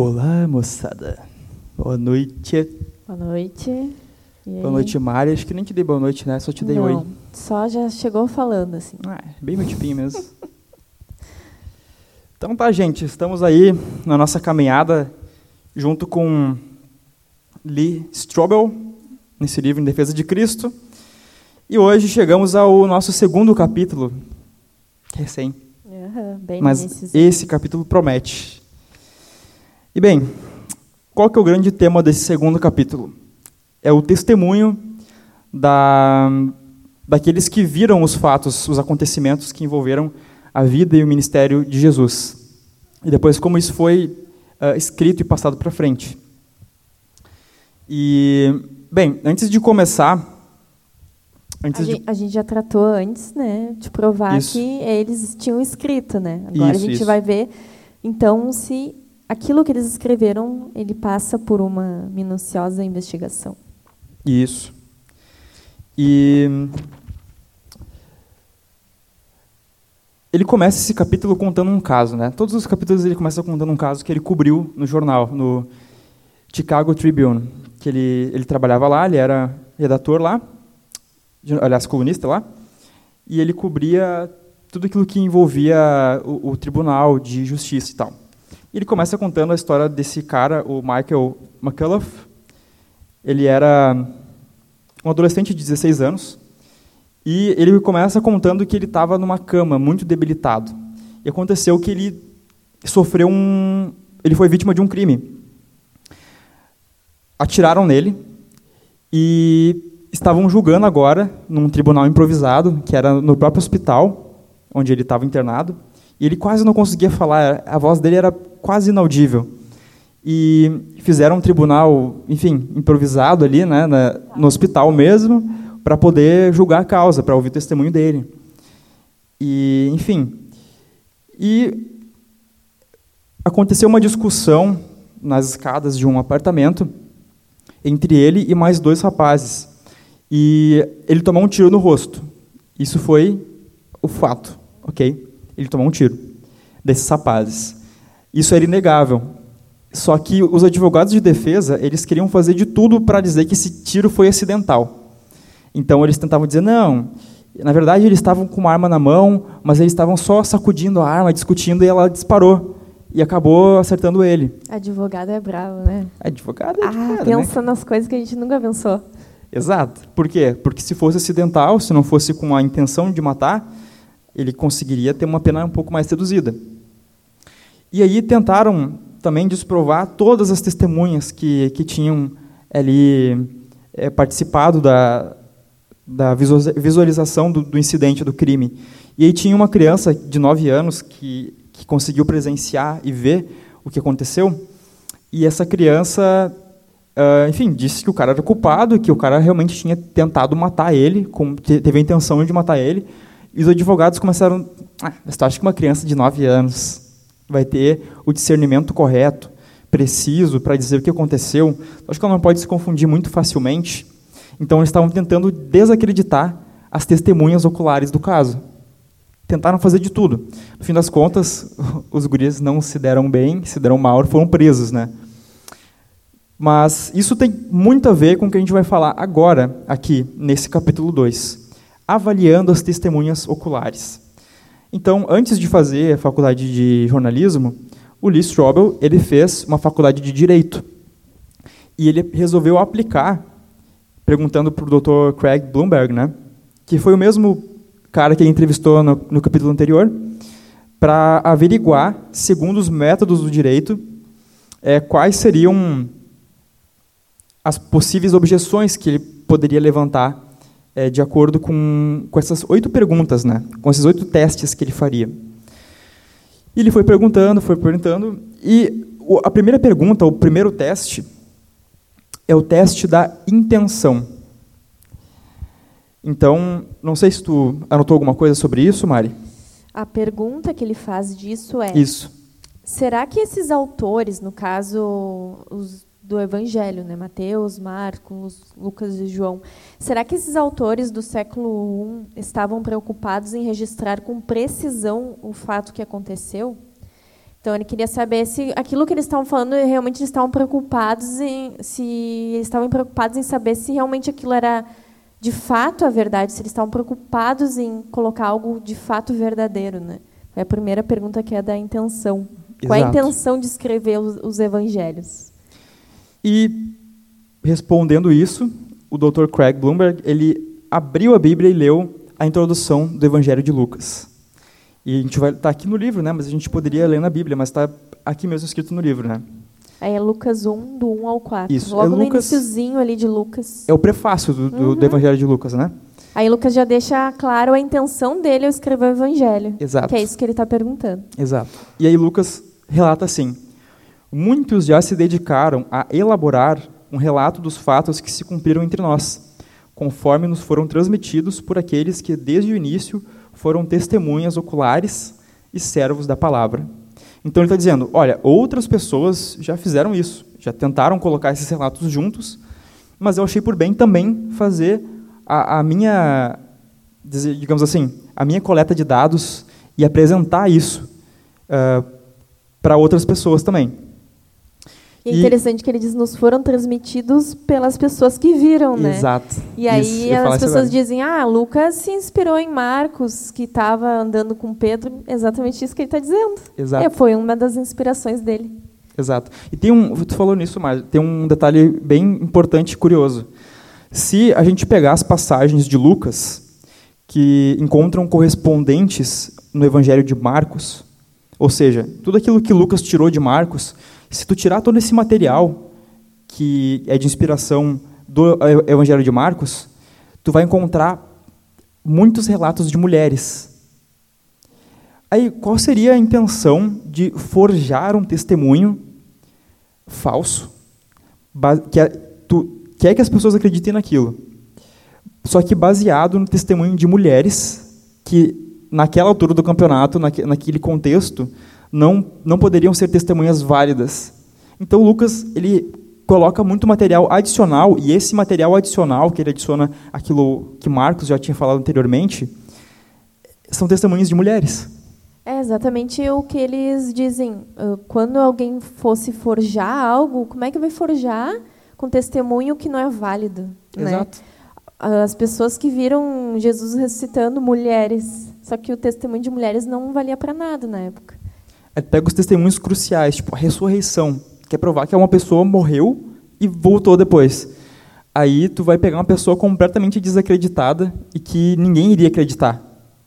Olá, moçada. Boa noite. Boa noite. Boa noite, Mari. Acho que nem te dei boa noite, né? Só te dei oi. Não, só já chegou falando, assim. Bem meu tipinho mesmo. Então tá, gente. Estamos aí na nossa caminhada junto com Lee Strobel, nesse livro Em Defesa de Cristo. E hoje chegamos ao nosso segundo capítulo. Recém. Bem Mas iniciozinho. esse capítulo promete. E bem, qual que é o grande tema desse segundo capítulo? É o testemunho daqueles que viram os fatos, os acontecimentos que envolveram a vida e o ministério de Jesus. E depois como isso foi escrito e passado para frente. E, bem, antes de começar... A gente já tratou antes, né, de provar Isso. que eles tinham escrito, né? Agora a gente Isso. vai ver, então, se aquilo que eles escreveram, ele passa por uma minuciosa investigação. Isso. E ele começa esse capítulo contando um caso, né? Todos os capítulos ele começa contando um caso que ele cobriu no jornal, no Chicago Tribune, que ele trabalhava lá, ele era redator lá, aliás, colunista lá, e ele cobria tudo aquilo que envolvia o tribunal de justiça e tal. E ele começa contando a história desse cara, o Michael McCullough. Ele era um adolescente de 16 anos, e ele começa contando que ele estava numa cama, muito debilitado. E aconteceu que ele foi vítima de um crime. Atiraram nele, e estavam julgando agora, num tribunal improvisado, que era no próprio hospital, onde ele estava internado, e ele quase não conseguia falar, a voz dele era quase inaudível. E fizeram um tribunal, enfim, improvisado ali, né, no hospital mesmo, para poder julgar a causa, para ouvir o testemunho dele. E, enfim, aconteceu uma discussão nas escadas de um apartamento entre ele e mais dois rapazes. E ele tomou um tiro no rosto. Isso foi o fato, ok? Ele tomou um tiro desses rapazes. Isso era inegável. Só que os advogados de defesa, eles queriam fazer de tudo para dizer que esse tiro foi acidental. Então eles tentavam dizer, não, na verdade eles estavam com uma arma na mão, mas eles estavam só sacudindo a arma, discutindo, e ela disparou. E acabou acertando ele. Advogado é bravo, né? Advogado é advogado, pensa né? nas coisas que a gente nunca pensou. Exato. Por quê? Porque se fosse acidental, se não fosse com a intenção de matar, ele conseguiria ter uma pena um pouco mais reduzida. E aí tentaram também desprovar todas as testemunhas que tinham ali participado da visualização do incidente, do crime. E aí tinha uma criança de 9 anos que conseguiu presenciar e ver o que aconteceu, e essa criança... enfim, disse que o cara era culpado, que o cara realmente tinha tentado matar ele, teve a intenção de matar ele, e os advogados começaram, mas tu acha que uma criança de 9 anos vai ter o discernimento correto, preciso, para dizer o que aconteceu? Tu acha que ela não pode se confundir muito facilmente? Então, eles estavam tentando desacreditar as testemunhas oculares do caso. Tentaram fazer de tudo. No fim das contas, os guris não se deram bem, se deram mal, foram presos, né? Mas isso tem muito a ver com o que a gente vai falar agora, aqui, nesse capítulo 2, avaliando as testemunhas oculares. Então, antes de fazer a faculdade de jornalismo, o Lee Strobel ele fez uma faculdade de Direito. E ele resolveu aplicar, perguntando para o Dr. Craig Blomberg, né, que foi o mesmo cara que ele entrevistou no capítulo anterior, para averiguar, segundo os métodos do direito, quais seriam as possíveis objeções que ele poderia levantar de acordo com essas 8 perguntas, né? Com esses 8 testes que ele faria. E ele foi perguntando, e a primeira pergunta, o primeiro teste, é o teste da intenção. Então, não sei se tu anotou alguma coisa sobre isso, Mari? A pergunta que ele faz disso é... Isso. Será que esses autores, no caso, os do Evangelho, né, Mateus, Marcos, Lucas e João, será que esses autores do século I estavam preocupados em registrar com precisão o fato que aconteceu? Então, ele queria saber se aquilo que eles estavam falando, realmente eles estavam preocupados em saber se realmente aquilo era de fato a verdade, se eles estavam preocupados em colocar algo de fato verdadeiro, né? É a primeira pergunta, que é da intenção. Exato. Qual é a intenção de escrever os evangelhos? E, respondendo isso, o Dr. Craig Blomberg, ele abriu a Bíblia e leu a introdução do Evangelho de Lucas. E a gente vai estar aqui no livro, né? Mas a gente poderia ler na Bíblia, mas está aqui mesmo escrito no livro, né? Aí é Lucas 1, do 1 ao 4. Isso. Logo no iniciozinho ali de Lucas. É o prefácio do Evangelho de Lucas, né? Aí Lucas já deixa claro a intenção dele ao escrever o Evangelho. Exato. Que é isso que ele está perguntando. Exato. E aí Lucas relata assim: muitos já se dedicaram a elaborar um relato dos fatos que se cumpriram entre nós, conforme nos foram transmitidos por aqueles que, desde o início, foram testemunhas oculares e servos da palavra. Então ele está dizendo, olha, outras pessoas já fizeram isso, já tentaram colocar esses relatos juntos, mas eu achei por bem também fazer a minha, digamos assim, a minha coleta de dados e apresentar isso para outras pessoas também. E é interessante que ele diz, nos foram transmitidos pelas pessoas que viram, né? Exato. E aí as pessoas dizem, Lucas se inspirou em Marcos, que estava andando com Pedro. Exatamente isso que ele está dizendo. Exato. Foi uma das inspirações dele. Exato. E tu falou nisso, Mário, tem um detalhe bem importante e curioso. Se a gente pegar as passagens de Lucas, que encontram correspondentes no Evangelho de Marcos, ou seja, tudo aquilo que Lucas tirou de Marcos, se tu tirar todo esse material que é de inspiração do Evangelho de Marcos, tu vai encontrar muitos relatos de mulheres. Aí, qual seria a intenção de forjar um testemunho falso, tu quer que as pessoas acreditem naquilo, só que baseado no testemunho de mulheres que, naquela altura do campeonato, naquele contexto, não poderiam ser testemunhas válidas. Então, Lucas, ele coloca muito material adicional, e esse material adicional, que ele adiciona aquilo que Marcos já tinha falado anteriormente, são testemunhos de mulheres. É exatamente o que eles dizem. Quando alguém fosse forjar algo, como é que vai forjar com testemunho que não é válido? Exato. Né? As pessoas que viram Jesus ressuscitando, mulheres, só que o testemunho de mulheres não valia para nada na época. Pega os testemunhos cruciais, tipo a ressurreição, que é provar que uma pessoa morreu e voltou depois. Aí tu vai pegar uma pessoa completamente desacreditada e que ninguém iria acreditar.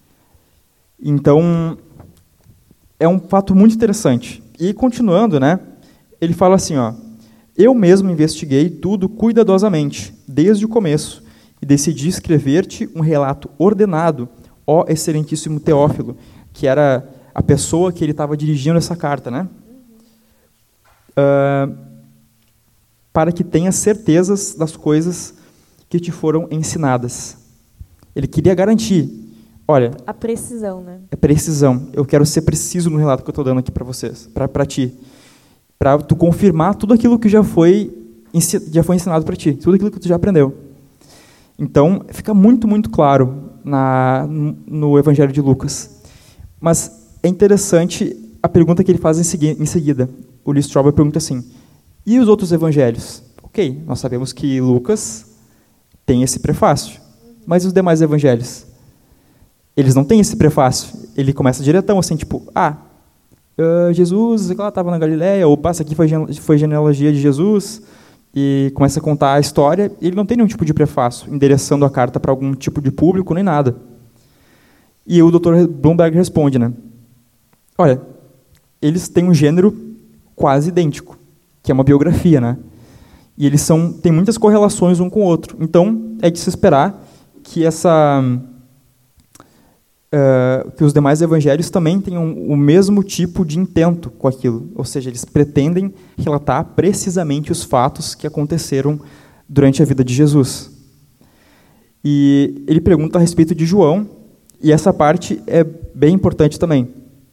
Então, é um fato muito interessante. E continuando, né, ele fala assim, eu mesmo investiguei tudo cuidadosamente, desde o começo, e decidi escrever-te um relato ordenado, ó excelentíssimo Teófilo, que era a pessoa que ele estava dirigindo essa carta, né? Para que tenhas certezas das coisas que te foram ensinadas. Ele queria garantir, olha... A precisão, né? É precisão. Eu quero ser preciso no relato que eu estou dando aqui para vocês, para ti. Para tu confirmar tudo aquilo que já foi ensinado para ti, tudo aquilo que tu já aprendeu. Então, fica muito, muito claro no Evangelho de Lucas. Mas é interessante a pergunta que ele faz em seguida. O Lee Strobel pergunta assim, e os outros evangelhos? Ok, nós sabemos que Lucas tem esse prefácio, mas os demais evangelhos? Eles não têm esse prefácio. Ele começa diretão, assim, tipo, Jesus estava na Galileia, ou passa aqui foi genealogia de Jesus, e começa a contar a história. Ele não tem nenhum tipo de prefácio, endereçando a carta para algum tipo de público, nem nada. E o Dr. Blomberg responde, né? Olha, eles têm um gênero quase idêntico, que é uma biografia, né? E eles têm muitas correlações um com o outro. Então, é de se esperar que que os demais evangelhos também tenham o mesmo tipo de intento com aquilo. Ou seja, eles pretendem relatar precisamente os fatos que aconteceram durante a vida de Jesus. E ele pergunta a respeito de João, e essa parte é bem importante também.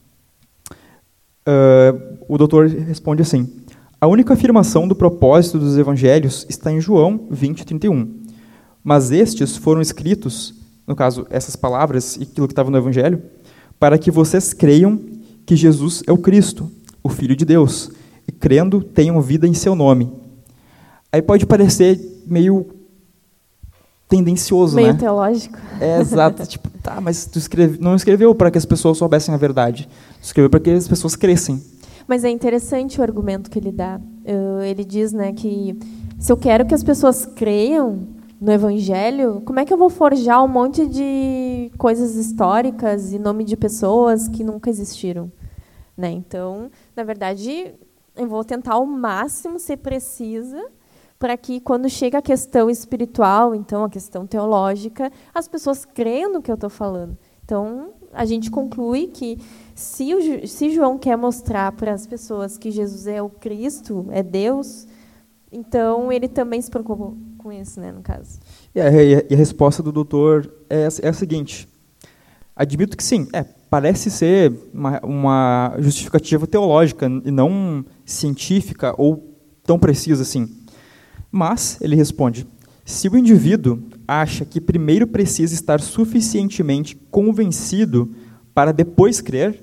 O doutor responde assim, a única afirmação do propósito dos evangelhos está em João 20:31. Mas estes foram escritos, no caso, essas palavras e aquilo que estava no evangelho, para que vocês creiam que Jesus é o Cristo, o Filho de Deus, e crendo tenham vida em seu nome. Aí pode parecer meio tendencioso, meio né? teológico. Exato. Tipo, tá, mas tu não escreveu para que as pessoas soubessem a verdade. Tu escreveu para que as pessoas crescem. Mas é interessante o argumento que ele dá. Ele diz, né, que se eu quero que as pessoas creiam no Evangelho, como é que eu vou forjar um monte de coisas históricas e nome de pessoas que nunca existiram? Né? Então, na verdade, eu vou tentar ao máximo ser precisa para que, quando chega a questão espiritual, então a questão teológica, as pessoas creiam no que eu estou falando. Então, a gente conclui que se João quer mostrar para as pessoas que Jesus é o Cristo, é Deus, então ele também se preocupa com isso, né, no caso. E a resposta do doutor é a seguinte: admito que sim, parece ser uma justificativa teológica e não científica ou tão precisa assim. Mas, ele responde, se o indivíduo acha que primeiro precisa estar suficientemente convencido para depois crer,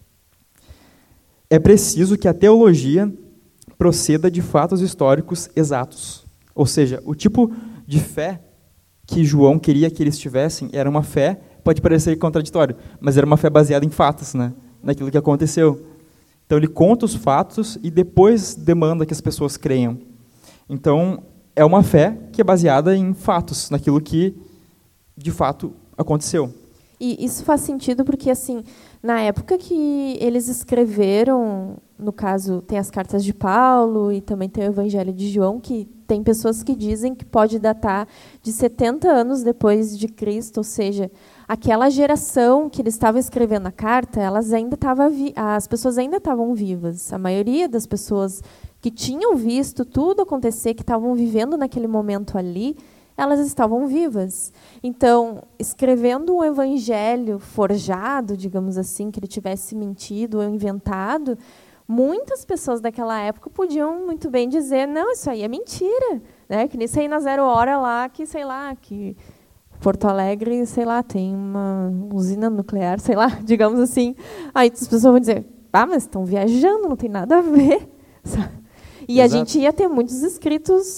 é preciso que a teologia proceda de fatos históricos exatos. Ou seja, o tipo de fé que João queria que eles tivessem era uma fé, pode parecer contraditório, mas era uma fé baseada em fatos, né? Naquilo que aconteceu. Então ele conta os fatos e depois demanda que as pessoas creiam. Então é uma fé que é baseada em fatos, naquilo que de fato aconteceu. E isso faz sentido porque, assim, na época que eles escreveram, no caso, tem as cartas de Paulo e também tem o Evangelho de João, que tem pessoas que dizem que pode datar de 70 anos depois de Cristo, ou seja, aquela geração que eles estavam escrevendo a carta, as pessoas ainda estavam vivas. A maioria das pessoas que tinham visto tudo acontecer, que estavam vivendo naquele momento ali, elas estavam vivas. Então, escrevendo um evangelho forjado, digamos assim, que ele tivesse mentido ou inventado, muitas pessoas daquela época podiam muito bem dizer, não, isso aí é mentira, né? Que nem isso aí na 0 hora lá, que sei lá, que Porto Alegre, sei lá, tem uma usina nuclear, sei lá, digamos assim. Aí as pessoas vão dizer, mas estão viajando, não tem nada a ver. E Exato. a gente ia ter muitos escritos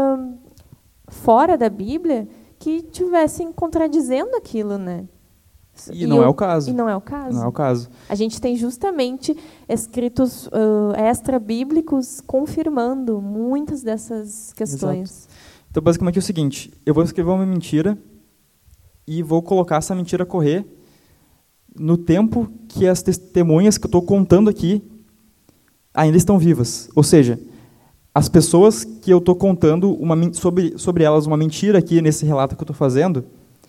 fora da Bíblia que tivessem contradizendo aquilo, né? E não é o caso. E não é o caso. Não é o caso. A gente tem justamente escritos extra-bíblicos confirmando muitas dessas questões. Exato. Então, basicamente é o seguinte, eu vou escrever uma mentira e vou colocar essa mentira correr no tempo que as testemunhas que eu estou contando aqui ainda estão vivas. Ou seja, as pessoas que eu estou contando sobre elas uma mentira aqui nesse relato que eu estou fazendo,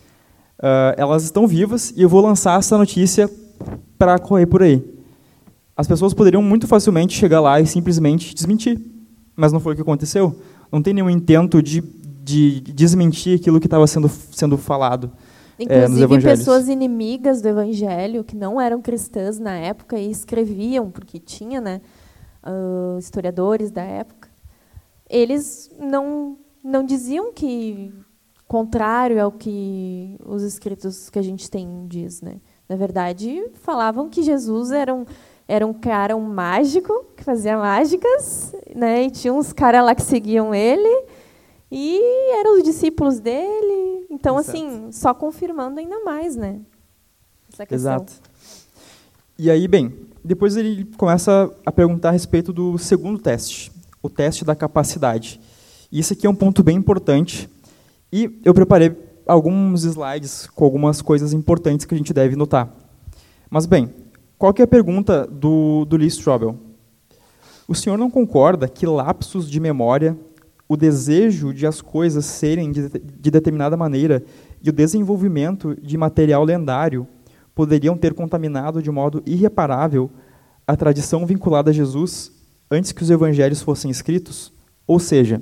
elas estão vivas e eu vou lançar essa notícia para correr por aí. As pessoas poderiam muito facilmente chegar lá e simplesmente desmentir, mas não foi o que aconteceu. Não tem nenhum intento de desmentir aquilo que estava sendo falado. Inclusive, pessoas inimigas do Evangelho, que não eram cristãs na época e escreviam, porque tinha, né, historiadores da época, eles não diziam que contrário ao que os escritos que a gente tem diz, né? Na verdade, falavam que Jesus era um cara mágico, que fazia mágicas, né? E tinha uns caras lá que seguiam ele, e eram os discípulos dele. Então, Exato. assim, só confirmando ainda mais, né? Essa questão. Exato. E aí, bem, depois ele começa a perguntar a respeito do segundo teste, o teste da capacidade. E isso aqui é um ponto bem importante, e eu preparei alguns slides com algumas coisas importantes que a gente deve notar. Mas, bem, qual que é a pergunta do Lee Strobel? O senhor não concorda que lapsos de memória, o desejo de as coisas serem de determinada maneira e o desenvolvimento de material lendário poderiam ter contaminado de modo irreparável a tradição vinculada a Jesus antes que os evangelhos fossem escritos? Ou seja,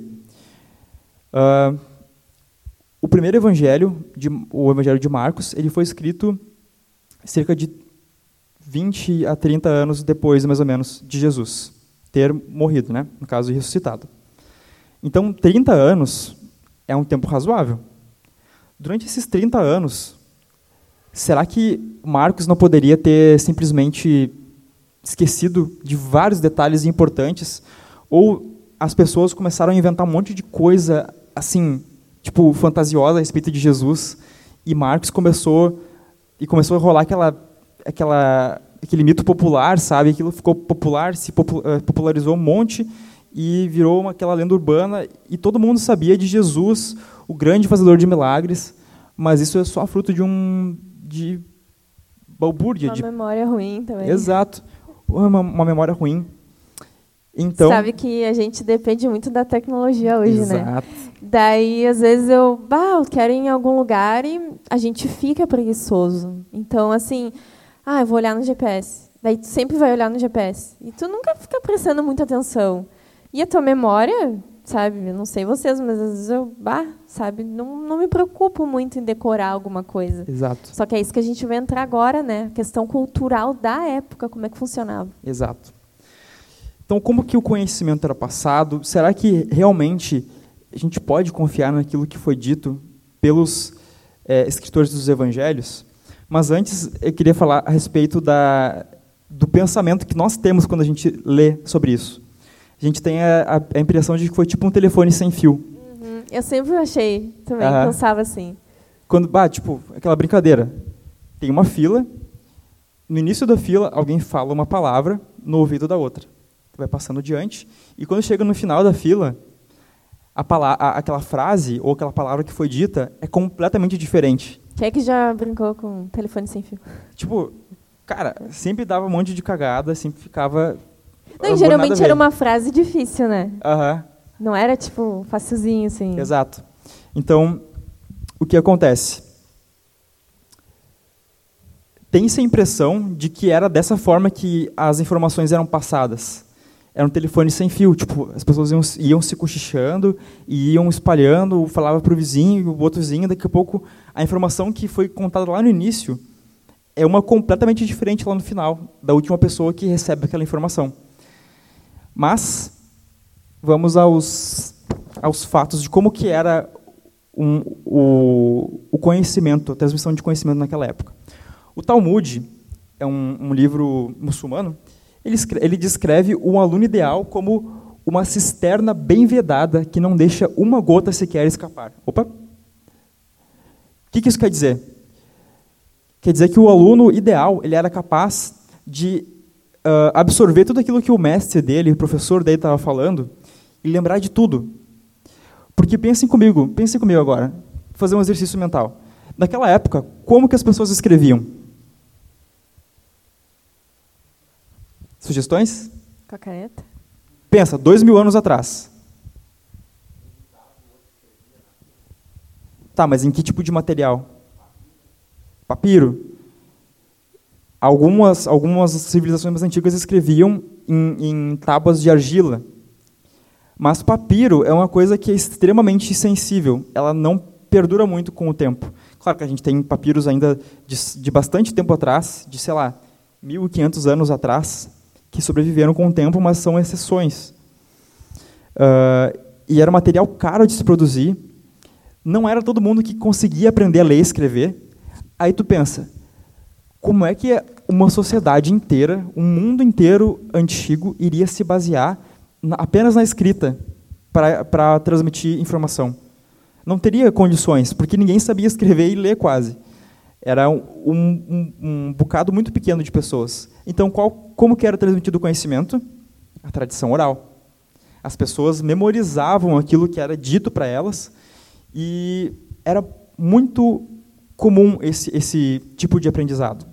o primeiro evangelho, o evangelho de Marcos, ele foi escrito cerca de 20 a 30 anos depois, mais ou menos, de Jesus ter morrido, né? No caso, ressuscitado. Então, 30 anos é um tempo razoável. Durante esses 30 anos, será que Marcos não poderia ter simplesmente esquecido de vários detalhes importantes, ou as pessoas começaram a inventar um monte de coisa, assim, tipo, fantasiosa a respeito de Jesus, e Marcos começou a rolar aquele mito popular, sabe? Aquilo ficou popular, se popularizou um monte, e virou aquela lenda urbana, e todo mundo sabia de Jesus, o grande fazedor de milagres, mas isso é só fruto de balbúrdia. Uma memória ruim também. Exato. Uma memória ruim. Então, sabe que a gente depende muito da tecnologia hoje, exato. né? Daí, às vezes, eu quero ir em algum lugar e a gente fica preguiçoso. Então, assim, eu vou olhar no GPS. Daí, tu sempre vai olhar no GPS. E tu nunca fica prestando muita atenção. E a tua memória, sabe? Eu não sei vocês, mas às vezes eu, sabe? Não me preocupo muito em decorar alguma coisa. Exato. Só que é isso que a gente vai entrar agora, né? A questão cultural da época, como é que funcionava. Exato. Então, como que o conhecimento era passado? Será que realmente a gente pode confiar naquilo que foi dito pelos escritores dos evangelhos? Mas antes, eu queria falar a respeito do pensamento que nós temos quando a gente lê sobre isso. A gente tem a impressão de que foi tipo um telefone sem fio. Uhum. Eu sempre achei também, pensava assim. Quando, tipo, aquela brincadeira. Tem uma fila, no início da fila, alguém fala uma palavra no ouvido da outra. Vai passando adiante, e quando chega no final da fila, aquela frase ou aquela palavra que foi dita é completamente diferente. Quem é que já brincou com telefone sem fio? Tipo, cara, sempre dava um monte de cagada, sempre ficava... Não, geralmente era uma frase difícil, né? Uhum. Não era, tipo, facilzinho, assim. Exato. Então, o que acontece? Tem-se a impressão de que era dessa forma que as informações eram passadas. Era um telefone sem fio, tipo, as pessoas iam se cochichando, e iam espalhando, falava para o vizinho, o outro vizinho, daqui a pouco a informação que foi contada lá no início é uma completamente diferente lá no final, da última pessoa que recebe aquela informação. Mas, vamos aos fatos de como que era o conhecimento, a transmissão de conhecimento naquela época. O Talmud é um livro muçulmano. Ele descreve um aluno ideal como uma cisterna bem vedada que não deixa uma gota sequer escapar. Opa! O que isso quer dizer? Quer dizer que o aluno ideal ele era capaz de absorver tudo aquilo que o mestre dele, o professor dele estava falando e lembrar de tudo. Porque pensem comigo agora, vou fazer um exercício mental. Naquela época, como que as pessoas escreviam? Sugestões? Com a caneta? Pensa, 2000 anos atrás. Tá, mas em que tipo de material? Papiro. Algumas civilizações mais antigas escreviam em tábuas de argila. Mas papiro é uma coisa que é extremamente sensível. Ela não perdura muito com o tempo. Claro que a gente tem papiros ainda de bastante tempo atrás, de, sei lá, 1.500 anos atrás, que sobreviveram com o tempo, mas são exceções. E era um material caro de se produzir. Não era todo mundo que conseguia aprender a ler e escrever. Aí tu pensa, como é que uma sociedade inteira, um mundo inteiro antigo, iria se basear apenas na escrita para transmitir informação? Não teria condições, porque ninguém sabia escrever e ler quase. Era um bocado muito pequeno de pessoas. Então, como que era transmitido o conhecimento? A tradição oral. As pessoas memorizavam aquilo que era dito para elas, e era muito comum esse tipo de aprendizado.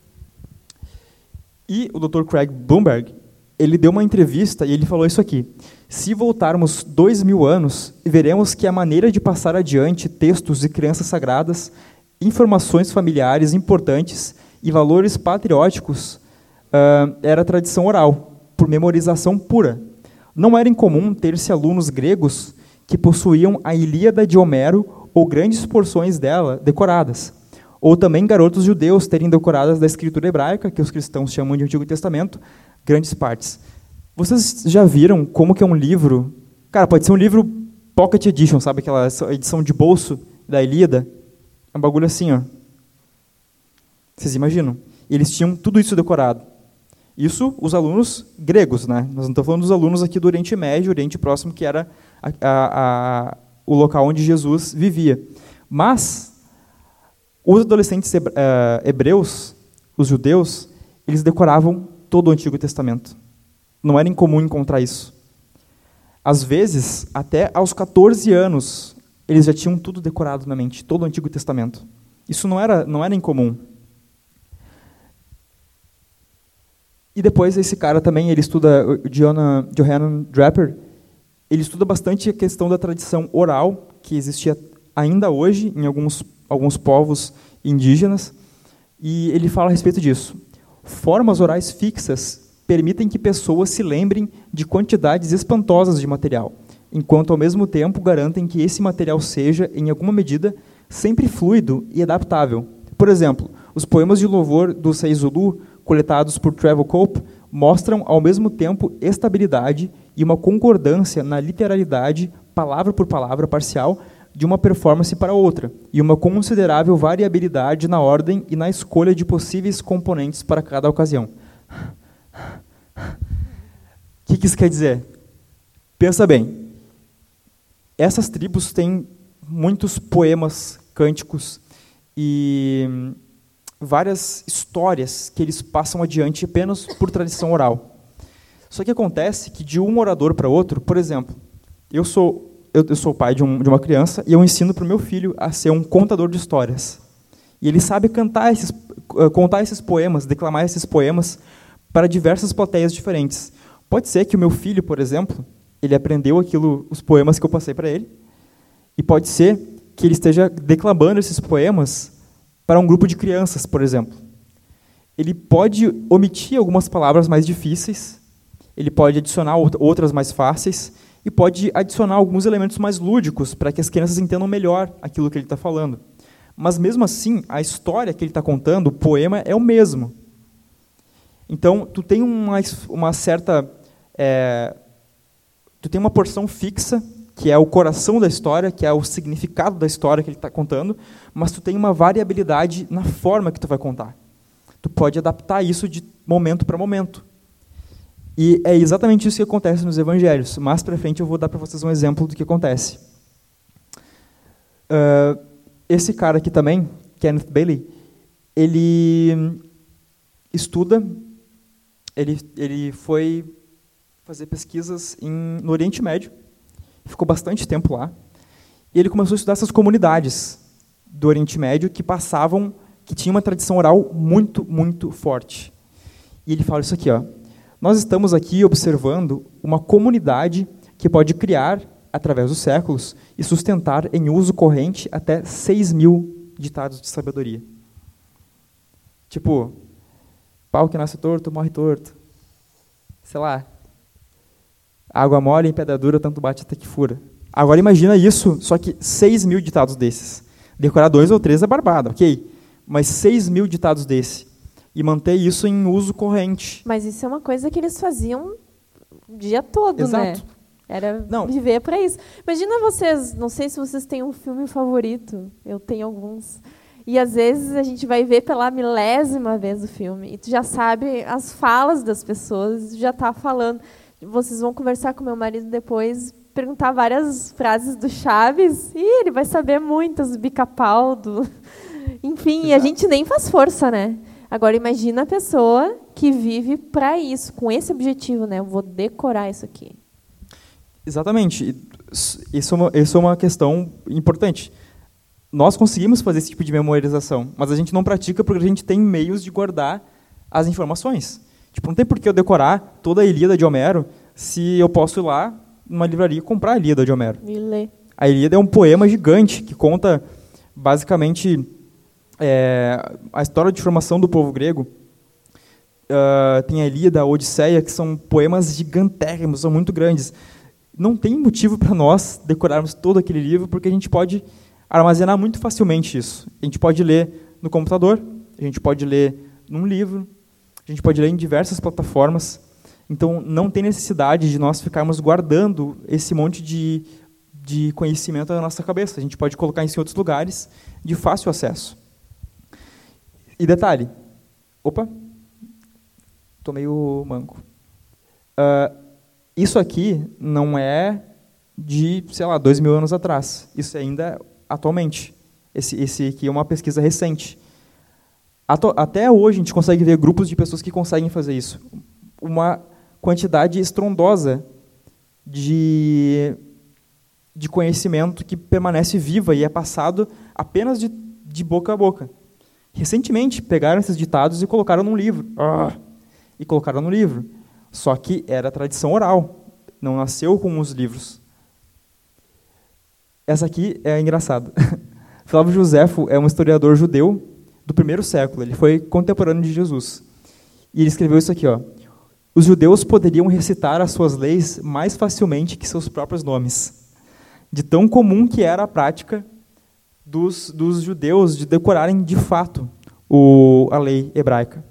E o Dr. Craig Blomberg, ele deu uma entrevista e ele falou isso aqui: se voltarmos 2000 anos, veremos que a maneira de passar adiante textos e crenças sagradas, informações familiares importantes e valores patrióticos era a tradição oral, por memorização pura. Não era incomum ter-se alunos gregos que possuíam a Ilíada de Homero ou grandes porções dela decoradas, ou também garotos judeus terem decoradas da escritura hebraica, que os cristãos chamam de Antigo Testamento, grandes partes. Vocês já viram como que é um livro? Cara, pode ser um livro Pocket Edition, sabe? Aquela edição de bolso da Ilíada. É um bagulho assim, ó. Vocês imaginam? Eles tinham tudo isso decorado. Isso os alunos gregos, né? Nós não estamos falando dos alunos aqui do Oriente Médio, Oriente Próximo, que era o local onde Jesus vivia. Mas os adolescentes hebreus, os judeus, eles decoravam todo o Antigo Testamento. Não era incomum encontrar isso. Às vezes, até aos 14 anos, eles já tinham tudo decorado na mente, todo o Antigo Testamento. Isso não era incomum. E depois esse cara também, ele estuda, Johann Draper, ele estuda bastante a questão da tradição oral, que existia ainda hoje em alguns povos indígenas, e ele fala a respeito disso. Formas orais fixas permitem que pessoas se lembrem de quantidades espantosas de material, enquanto ao mesmo tempo garantem que esse material seja, em alguma medida, sempre fluido e adaptável. Por exemplo, os poemas de louvor do Sei Zulu, coletados por Trevor Cope, mostram ao mesmo tempo estabilidade e uma concordância na literalidade, palavra por palavra parcial, de uma performance para outra, e uma considerável variabilidade na ordem e na escolha de possíveis componentes para cada ocasião. O que isso quer dizer? Pensa bem. Essas tribos têm muitos poemas, cânticos e várias histórias que eles passam adiante apenas por tradição oral. Só que acontece que de um orador para outro, por exemplo, eu sou o pai de uma criança e eu ensino para o meu filho a ser um contador de histórias. E ele sabe contar esses poemas, declamar esses poemas para diversas plateias diferentes. Pode ser que o meu filho, por exemplo, ele aprendeu os poemas que eu passei para ele, e pode ser que ele esteja declamando esses poemas para um grupo de crianças, por exemplo. Ele pode omitir algumas palavras mais difíceis, ele pode adicionar outras mais fáceis, e pode adicionar alguns elementos mais lúdicos para que as crianças entendam melhor aquilo que ele está falando. Mas, mesmo assim, a história que ele está contando, o poema, é o mesmo. Então, tu tem uma certa... tu tem uma porção fixa, que é o coração da história, que é o significado da história que ele está contando, mas tu tem uma variabilidade na forma que tu vai contar. Tu pode adaptar isso de momento para momento. E é exatamente isso que acontece nos evangelhos. Mais para frente eu vou dar para vocês um exemplo do que acontece. Esse cara aqui também, Kenneth Bailey, ele estuda, ele foi fazer pesquisas no Oriente Médio, ficou bastante tempo lá, e ele começou a estudar essas comunidades do Oriente Médio que tinham uma tradição oral muito, muito forte. E ele fala isso aqui, ó: nós estamos aqui observando uma comunidade que pode criar, através dos séculos, e sustentar em uso corrente até 6.000 ditados de sabedoria. Tipo, pau que nasce torto, morre torto. Sei lá, água mole em pedra dura, tanto bate até que fura. Agora imagina isso, só que 6.000 ditados desses. Decorar 2 ou 3 é barbada, ok? Mas 6.000 ditados desse. E manter isso em uso corrente. Mas isso é uma coisa que eles faziam o dia todo, exato, né? Era não. Viver para isso. Imagina vocês, não sei se vocês têm um filme favorito, eu tenho alguns. E às vezes a gente vai ver pela milésima vez o filme, e tu já sabe as falas das pessoas, já está falando. Vocês vão conversar com meu marido depois, perguntar várias frases do Chaves, e ele vai saber muitas, do Pica-Pau, enfim, e a gente nem faz força, né? Agora, imagina a pessoa que vive para isso, com esse objetivo, né? Eu vou decorar isso aqui. Exatamente. Isso é uma questão importante. Nós conseguimos fazer esse tipo de memorização, mas a gente não pratica porque a gente tem meios de guardar as informações. Tipo, não tem por que eu decorar toda a Ilíada de Homero se eu posso ir lá numa livraria e comprar a Ilíada de Homero. E ler. A Ilíada é um poema gigante que conta, basicamente, a história de formação do povo grego. Tem a Ilíada, a Odisseia, que são poemas gigantérrimos, são muito grandes. Não tem motivo para nós decorarmos todo aquele livro, porque a gente pode armazenar muito facilmente isso. A gente pode ler no computador, a gente pode ler num livro, a gente pode ler em diversas plataformas. Então, não tem necessidade de nós ficarmos guardando esse monte de conhecimento na nossa cabeça. A gente pode colocar isso em outros lugares de fácil acesso. E detalhe, Tô meio manco. Isso aqui não é de, sei lá, 2.000 anos atrás. Isso ainda atualmente. Esse aqui é uma pesquisa recente. Até hoje a gente consegue ver grupos de pessoas que conseguem fazer isso. Uma quantidade estrondosa de conhecimento que permanece viva e é passado apenas de boca a boca. Recentemente, pegaram esses ditados e colocaram num livro. Só que era tradição oral. Não nasceu com os livros. Essa aqui é engraçada. Flávio Josefo é um historiador judeu do 1º século. Ele foi contemporâneo de Jesus. E ele escreveu isso aqui, ó. Os judeus poderiam recitar as suas leis mais facilmente que seus próprios nomes. De tão comum que era a prática dos judeus de decorarem de fato a lei hebraica.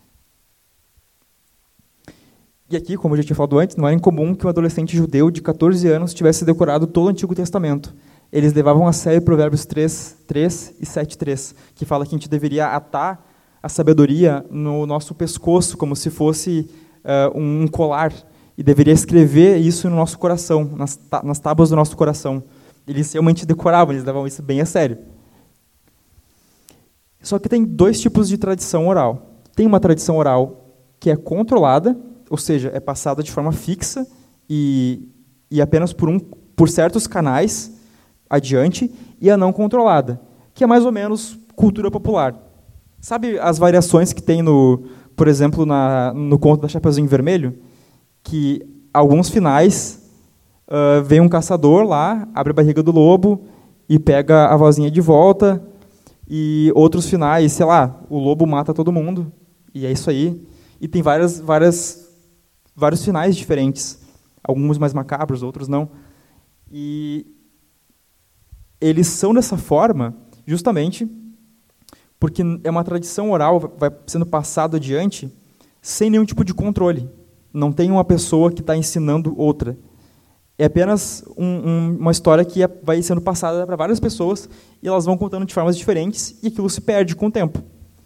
E aqui, como eu já tinha falado antes, não era incomum que um adolescente judeu de 14 anos tivesse decorado todo o Antigo Testamento. Eles levavam a sério Provérbios 3:3 e 7:3, que fala que a gente deveria atar a sabedoria no nosso pescoço, como se fosse um colar, e deveria escrever isso no nosso coração, nas tábuas do nosso coração. Eles realmente decoravam, eles levavam isso bem a sério. Só que tem 2 tipos de tradição oral. Tem uma tradição oral que é controlada, ou seja, é passada de forma fixa e apenas por certos canais adiante, e a não controlada, que é mais ou menos cultura popular. Sabe as variações que tem, por exemplo, no conto da Chapeuzinho Vermelho? Que alguns finais vem um caçador lá, abre a barriga do lobo e pega a vozinha de volta, e outros finais, sei lá, o lobo mata todo mundo, e é isso aí. E tem vários finais diferentes, alguns mais macabros, outros não. E eles são dessa forma justamente porque é uma tradição oral, vai sendo passado adiante sem nenhum tipo de controle. Não tem uma pessoa que está ensinando outra. É apenas uma história que vai sendo passada para várias pessoas e elas vão contando de formas diferentes e aquilo se perde com o tempo.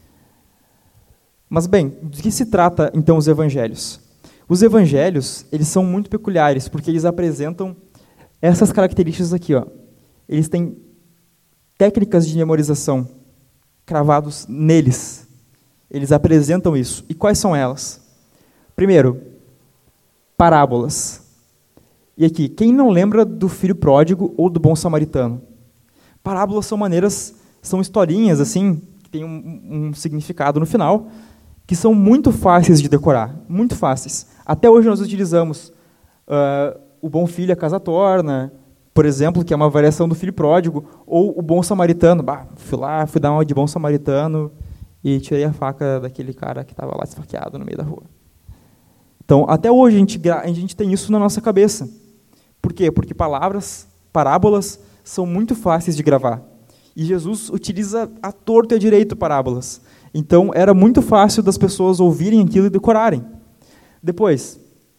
Mas, bem, de que se trata, então, os evangelhos? Os evangelhos, eles são muito peculiares, porque eles apresentam essas características aqui, ó. Eles têm técnicas de memorização cravados neles. Eles apresentam isso. E quais são elas? Primeiro, parábolas. E aqui, quem não lembra do filho pródigo ou do bom samaritano? Parábolas são historinhas, assim, que tem um significado no final, que são muito fáceis de decorar, muito fáceis. Até hoje nós utilizamos o bom filho a casa torna, por exemplo, que é uma variação do filho pródigo, ou o bom samaritano. Fui dar uma de bom samaritano e tirei a faca daquele cara que estava lá esfaqueado no meio da rua. Então, até hoje a gente tem isso na nossa cabeça. Por quê? Porque parábolas, são muito fáceis de gravar. E Jesus utiliza à torto e à direito parábolas. Então, era muito fácil das pessoas ouvirem aquilo e decorarem. Depois,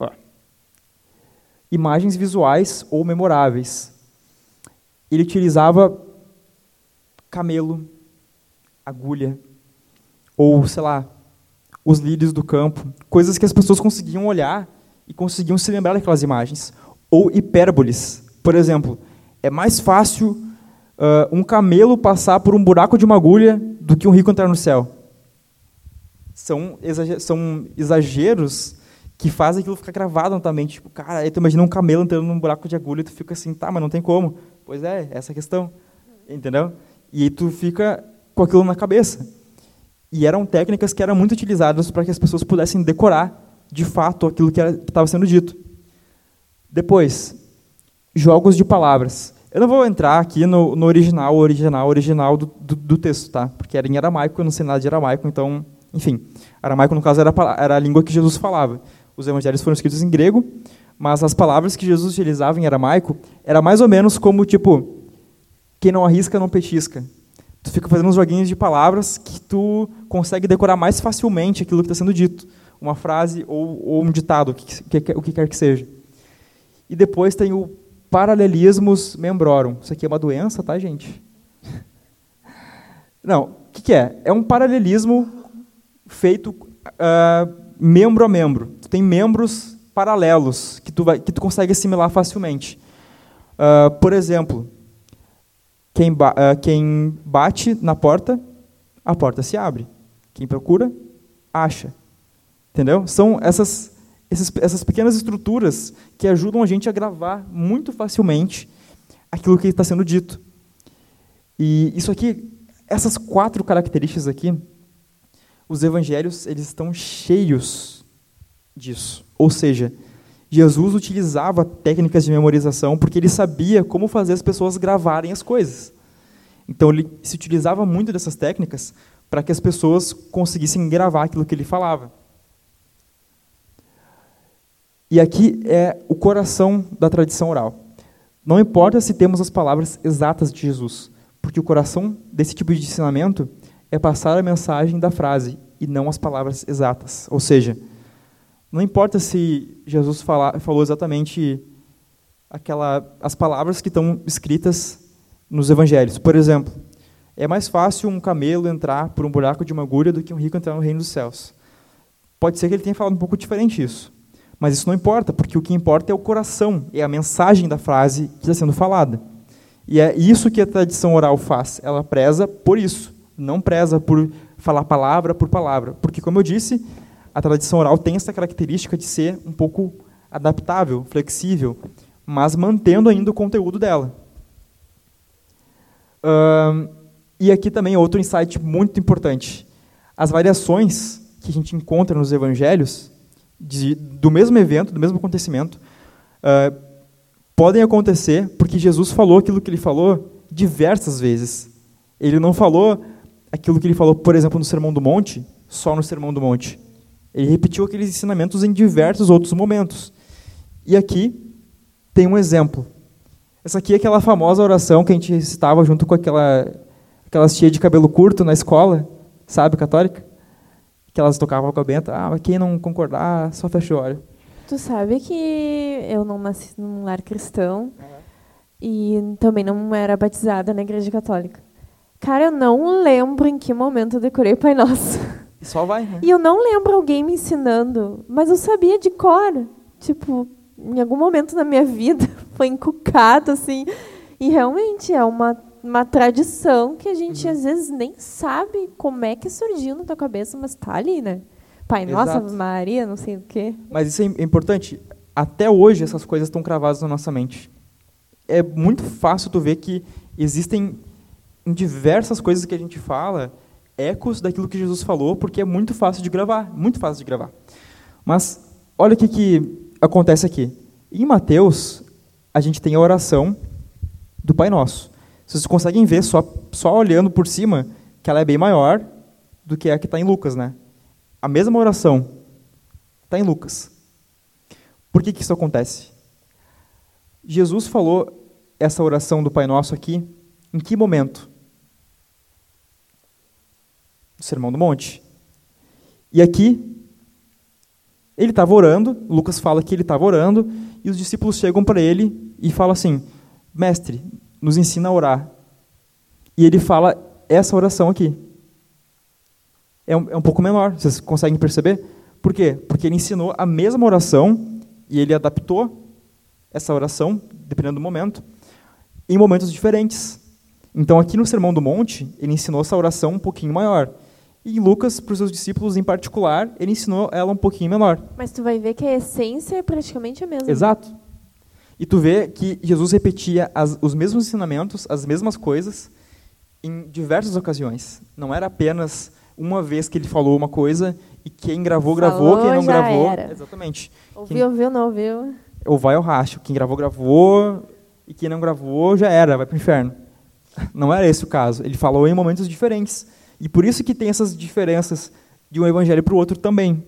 imagens visuais ou memoráveis. Ele utilizava camelo, agulha, ou, sei lá, os lírios do campo, coisas que as pessoas conseguiam olhar e conseguiam se lembrar daquelas imagens. Ou hipérboles. Por exemplo, é mais fácil um camelo passar por um buraco de uma agulha do que um rico entrar no céu. São exageros que fazem aquilo ficar gravado na tua mente. Tipo, cara, aí tu imagina um camelo entrando num buraco de agulha e tu fica assim, tá, mas não tem como. Pois é, essa é a questão. Entendeu? E aí tu fica com aquilo na cabeça. E eram técnicas que eram muito utilizadas para que as pessoas pudessem decorar, de fato, aquilo que estava sendo dito. Depois, jogos de palavras. Eu não vou entrar aqui no original do texto, tá? Porque era em aramaico, eu não sei nada de aramaico, então, enfim. Aramaico, no caso, era a língua que Jesus falava. Os evangelhos foram escritos em grego, mas as palavras que Jesus utilizava em aramaico era mais ou menos como, tipo, quem não arrisca, não petisca. Tu fica fazendo uns joguinhos de palavras que tu consegue decorar mais facilmente aquilo que está sendo dito. Uma frase ou um ditado, o que quer que seja. E depois tem o paralelismos membrorum. Isso aqui é uma doença, tá, gente? Não, o que é? É um paralelismo feito membro a membro. Tu tem membros paralelos que tu consegue assimilar facilmente. Por exemplo, quem bate na porta, a porta se abre. Quem procura, acha. Entendeu? São essas pequenas estruturas que ajudam a gente a gravar muito facilmente aquilo que está sendo dito. E isso aqui, essas 4 características aqui, os evangelhos eles estão cheios disso. Ou seja, Jesus utilizava técnicas de memorização porque ele sabia como fazer as pessoas gravarem as coisas. Então, ele se utilizava muito dessas técnicas para que as pessoas conseguissem gravar aquilo que ele falava. E aqui é o coração da tradição oral. Não importa se temos as palavras exatas de Jesus, porque o coração desse tipo de ensinamento é passar a mensagem da frase e não as palavras exatas. Ou seja, não importa se Jesus falou exatamente as palavras que estão escritas nos evangelhos. Por exemplo, é mais fácil um camelo entrar por um buraco de uma agulha do que um rico entrar no reino dos céus. Pode ser que ele tenha falado um pouco diferente isso. Mas isso não importa, porque o que importa é o coração, é a mensagem da frase que está sendo falada. E é isso que a tradição oral faz. Ela preza por isso, não preza por falar palavra por palavra. Porque, como eu disse, a tradição oral tem essa característica de ser um pouco adaptável, flexível, mas mantendo ainda o conteúdo dela. E aqui também outro insight muito importante. As variações que a gente encontra nos evangelhos, do mesmo evento, do mesmo acontecimento, podem acontecer porque Jesus falou aquilo que ele falou diversas vezes. Ele não falou aquilo que ele falou, por exemplo, no Sermão do Monte, só no Sermão do Monte. Ele repetiu aqueles ensinamentos em diversos outros momentos. E aqui tem um exemplo. Essa aqui é aquela famosa oração que a gente recitava junto com aquelas tia de cabelo curto na escola, sabe, católica? Que elas tocavam com a benta. Mas quem não concordar, só fecha o olho. Tu sabe que eu não nasci num lar cristão e também não era batizada na igreja católica. Cara, eu não lembro em que momento eu decorei o Pai Nosso. E só vai, né? E eu não lembro alguém me ensinando, mas eu sabia de cor. Tipo, em algum momento na minha vida foi encucado, assim. E realmente é uma tradição que a gente às vezes nem sabe como é que surgiu na tua cabeça, mas tá ali, né? Pai Nossa, Maria, não sei o quê. Mas isso é importante. Até hoje essas coisas estão cravadas na nossa mente. É muito fácil tu ver que existem em diversas coisas que a gente fala ecos daquilo que Jesus falou, porque é muito fácil de gravar, muito fácil de gravar. Mas olha o que acontece aqui. Em Mateus, a gente tem a oração do Pai Nosso. Vocês conseguem ver, só olhando por cima, que ela é bem maior do que a que está em Lucas, né? A mesma oração está em Lucas. Por que isso acontece? Jesus falou essa oração do Pai Nosso aqui, em que momento? No Sermão do Monte. E aqui, ele estava orando, Lucas fala que ele estava orando, e os discípulos chegam para ele e falam assim, mestre, nos ensina a orar. E ele fala essa oração aqui. É um pouco menor, vocês conseguem perceber? Por quê? Porque ele ensinou a mesma oração e ele adaptou essa oração, dependendo do momento, em momentos diferentes. Então, aqui no Sermão do Monte, ele ensinou essa oração um pouquinho maior. E em Lucas, para os seus discípulos em particular, ele ensinou ela um pouquinho menor. Mas tu vai ver que a essência é praticamente a mesma. Exato. E tu vê que Jesus repetia os mesmos ensinamentos, as mesmas coisas, em diversas ocasiões. Não era apenas uma vez que ele falou uma coisa e quem gravou, quem não gravou... Era. Exatamente. Ouviu, não ouviu. Ou vai ao racho. Quem gravou, gravou, e quem não gravou, já era, vai para o inferno. Não era esse o caso. Ele falou em momentos diferentes. E por isso que tem essas diferenças de um evangelho para o outro também.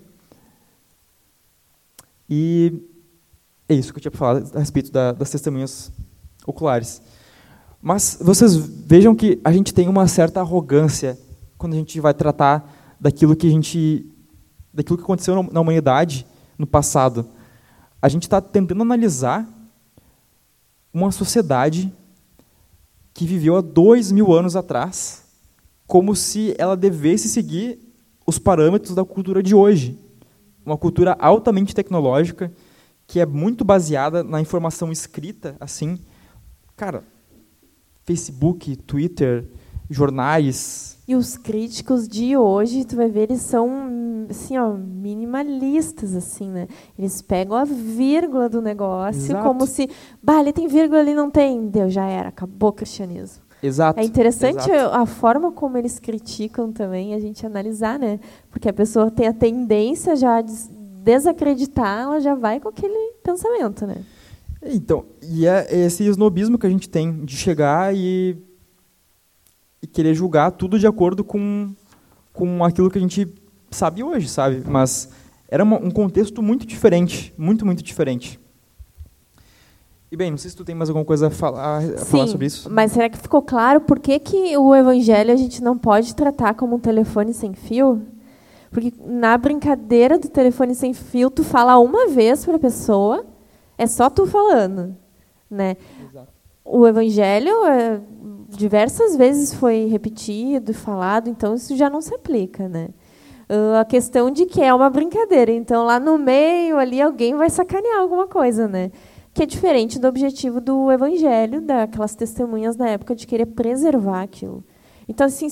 E é isso que eu tinha para falar a respeito das testemunhas oculares. Mas vocês vejam que a gente tem uma certa arrogância quando a gente vai tratar daquilo que aconteceu na humanidade no passado. A gente está tentando analisar uma sociedade que viveu há 2000 anos atrás, como se ela devesse seguir os parâmetros da cultura de hoje. uma cultura altamente tecnológica, que é muito baseada na informação escrita, assim, cara, Facebook, Twitter, jornais. E os críticos de hoje, tu vai ver, eles são assim, ó, minimalistas, assim, né? Eles pegam a vírgula do negócio, Exato. como se, ali tem vírgula, ali não tem, deu, já era, acabou o cristianismo. Exato. É interessante exato. a forma como eles criticam também, a gente analisar, né? Porque a pessoa tem a tendência já a desacreditar, ela já vai com aquele pensamento, né? Então, e é esse snobismo que a gente tem de chegar e querer julgar tudo de acordo com aquilo que a gente sabe hoje, sabe? Mas era um contexto muito diferente, muito, muito diferente. E bem, não sei se tu tem mais alguma coisa a falar sobre isso. Mas será que ficou claro por que o evangelho a gente não pode tratar como um telefone sem fio? Porque na brincadeira do telefone sem fio, tu fala uma vez para a pessoa, é só tu falando, né? Exato. O evangelho diversas vezes foi repetido e falado, então isso já não se aplica, né? A questão de que é uma brincadeira, então lá no meio ali alguém vai sacanear alguma coisa, né? Que é diferente do objetivo do evangelho, daquelas testemunhas na época de querer preservar aquilo. Então, assim,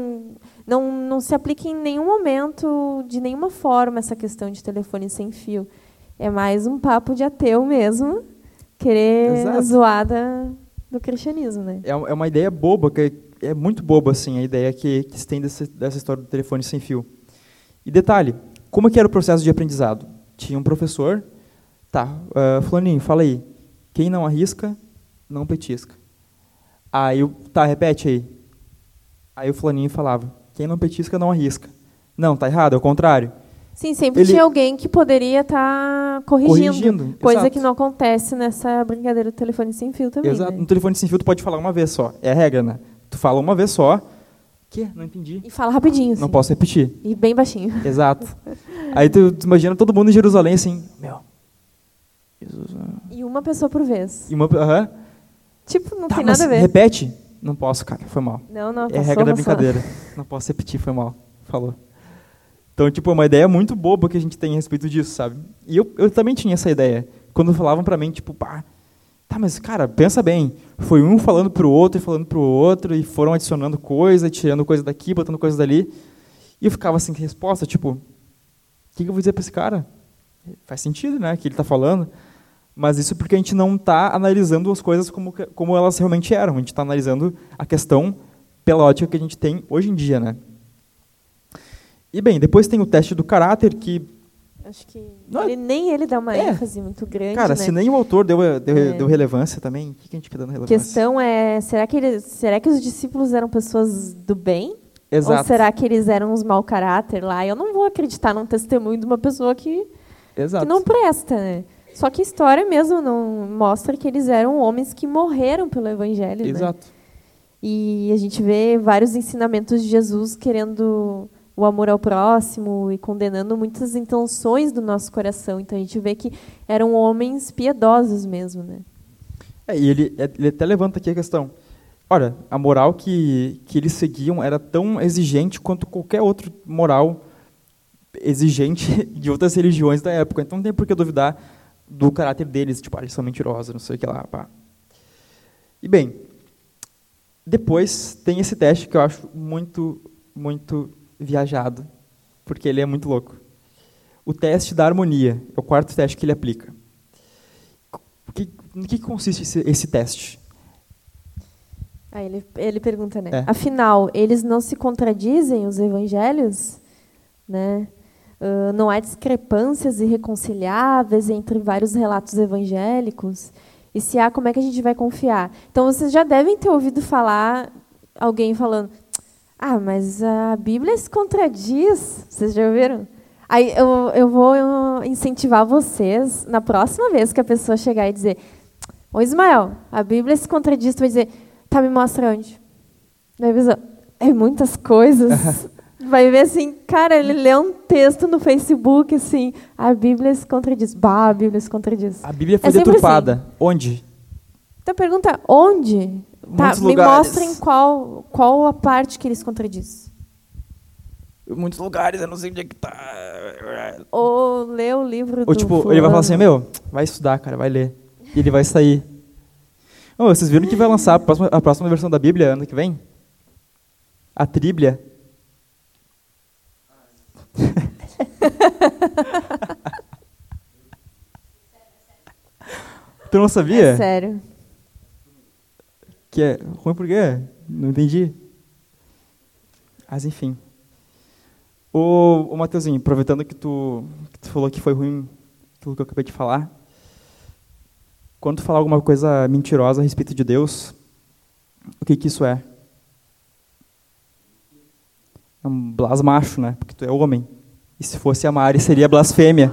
não se aplica em nenhum momento, de nenhuma forma, essa questão de telefone sem fio. É mais um papo de ateu mesmo, querer zoar do cristianismo, né? É uma ideia boba, que é muito boba, assim, a ideia que se tem dessa história do telefone sem fio. E detalhe, como que era o processo de aprendizado? Tinha um professor, fulaninho, fala aí, quem não arrisca, não petisca. Aí, repete aí. Aí o fulaninho falava, quem não petisca, não arrisca. Não, tá errado, é o contrário. Sim, sempre tinha alguém que poderia estar corrigindo coisa exato. que não acontece nessa brincadeira do telefone sem fio também. Exato, né? No telefone sem fio tu pode falar uma vez só, é a regra, né? Tu fala uma vez só, não entendi. E fala rapidinho, assim. Não posso repetir. E bem baixinho. Exato. Aí tu imagina todo mundo em Jerusalém assim, Jesus. E uma pessoa por vez. Tipo, não tem nada a ver. Repete? Não posso, cara, foi mal. Não, é a regra da brincadeira. Não posso repetir, foi mal. Falou. Então, tipo, é uma ideia muito boba que a gente tem a respeito disso, sabe? E eu também tinha essa ideia. Quando falavam pra mim, tipo, mas, cara, pensa bem. Foi um falando pro outro e foram adicionando coisa, tirando coisa daqui, botando coisa dali. E eu ficava sem resposta, tipo, o que eu vou dizer pra esse cara? Faz sentido, né, que ele tá falando. Mas isso porque a gente não está analisando as coisas como elas realmente eram. A gente está analisando a questão pela ótica que a gente tem hoje em dia, né? E bem, depois tem o teste do caráter, que... Acho que nem ele dá uma ênfase muito grande, cara, né? Se nem o autor deu relevância também, o que a gente fica dando relevância? A questão é, será que os discípulos eram pessoas do bem? Exato. Ou será que eles eram uns mau caráter lá? Eu não vou acreditar num testemunho de uma pessoa que não presta, né? Só que a história mesmo não mostra que eles eram homens que morreram pelo evangelho. Exato. Né? E a gente vê vários ensinamentos de Jesus querendo o amor ao próximo e condenando muitas intenções do nosso coração. Então a gente vê que eram homens piedosos mesmo, né? E ele até levanta aqui a questão. Olha, a moral que eles seguiam era tão exigente quanto qualquer outra moral exigente de outras religiões da época. Então não tem por que duvidar do caráter deles, tipo, eles são mentirosos, não sei o que lá. E bem, depois tem esse teste que eu acho muito, muito viajado, porque ele é muito louco. O teste da harmonia é o quarto teste que ele aplica. No que consiste esse teste? Ele pergunta, né? Afinal, eles não se contradizem, os evangelhos? Né? Não há discrepâncias irreconciliáveis entre vários relatos evangélicos? E se há, como é que a gente vai confiar? Então, vocês já devem ter ouvido falar, alguém falando, mas a Bíblia se contradiz. Vocês já ouviram? Aí eu vou incentivar vocês, na próxima vez que a pessoa chegar e dizer, ô Ismael, a Bíblia se contradiz, tu vai dizer, me mostra onde? Vai ver, muitas coisas. Vai ver assim, cara, ele lê um texto no Facebook, assim, a Bíblia se contradiz. A Bíblia se contradiz. A Bíblia foi deturpada. Assim. Onde? Então pergunta, onde? Me mostrem qual a parte que ele se contradiz. em muitos lugares, eu não sei onde é que tá. Ou ler o livro Ou, tipo, ele vai falar assim, vai estudar, cara, vai ler. E ele vai sair. Vocês viram que vai lançar a próxima versão da Bíblia ano que vem? A Tríblia. Tu não sabia? É sério. Que é ruim por quê? Não entendi. Mas enfim. Ô Mateuzinho, aproveitando que tu falou que foi ruim aquilo que eu acabei de falar, quando tu falar alguma coisa mentirosa a respeito de Deus, o que isso é? É um blasmacho, né? Porque tu é homem. E se fosse a Mari, seria blasfêmia.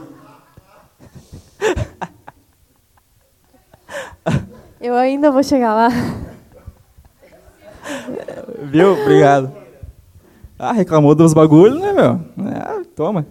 Eu ainda vou chegar lá. Viu? Obrigado. Reclamou dos bagulhos, né, meu? Toma.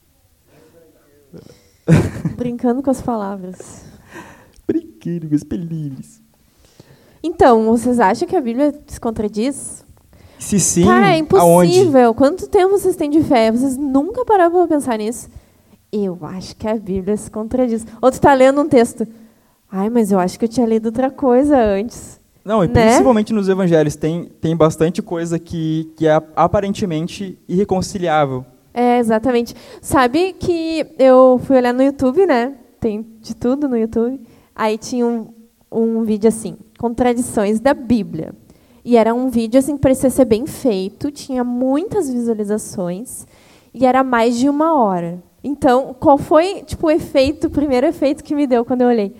Brincando com as palavras. Brincando com as palavras. Então, vocês acham que a Bíblia se contradiz? Se sim, cara, é impossível. aonde? Quanto tempo vocês têm de fé? Vocês nunca pararam para pensar nisso? Eu acho que a Bíblia se contradiz. Ou tu está lendo um texto. Mas eu acho que eu tinha lido outra coisa antes. Não, e principalmente nos evangelhos tem bastante coisa que é aparentemente irreconciliável. É, exatamente. Sabe que eu fui olhar no YouTube, né? Tem de tudo no YouTube. Aí tinha um vídeo assim, contradições da Bíblia. E era um vídeo assim que parecia ser bem feito, tinha muitas visualizações e era mais de 1 hora. Então, qual foi o primeiro efeito que me deu quando eu olhei?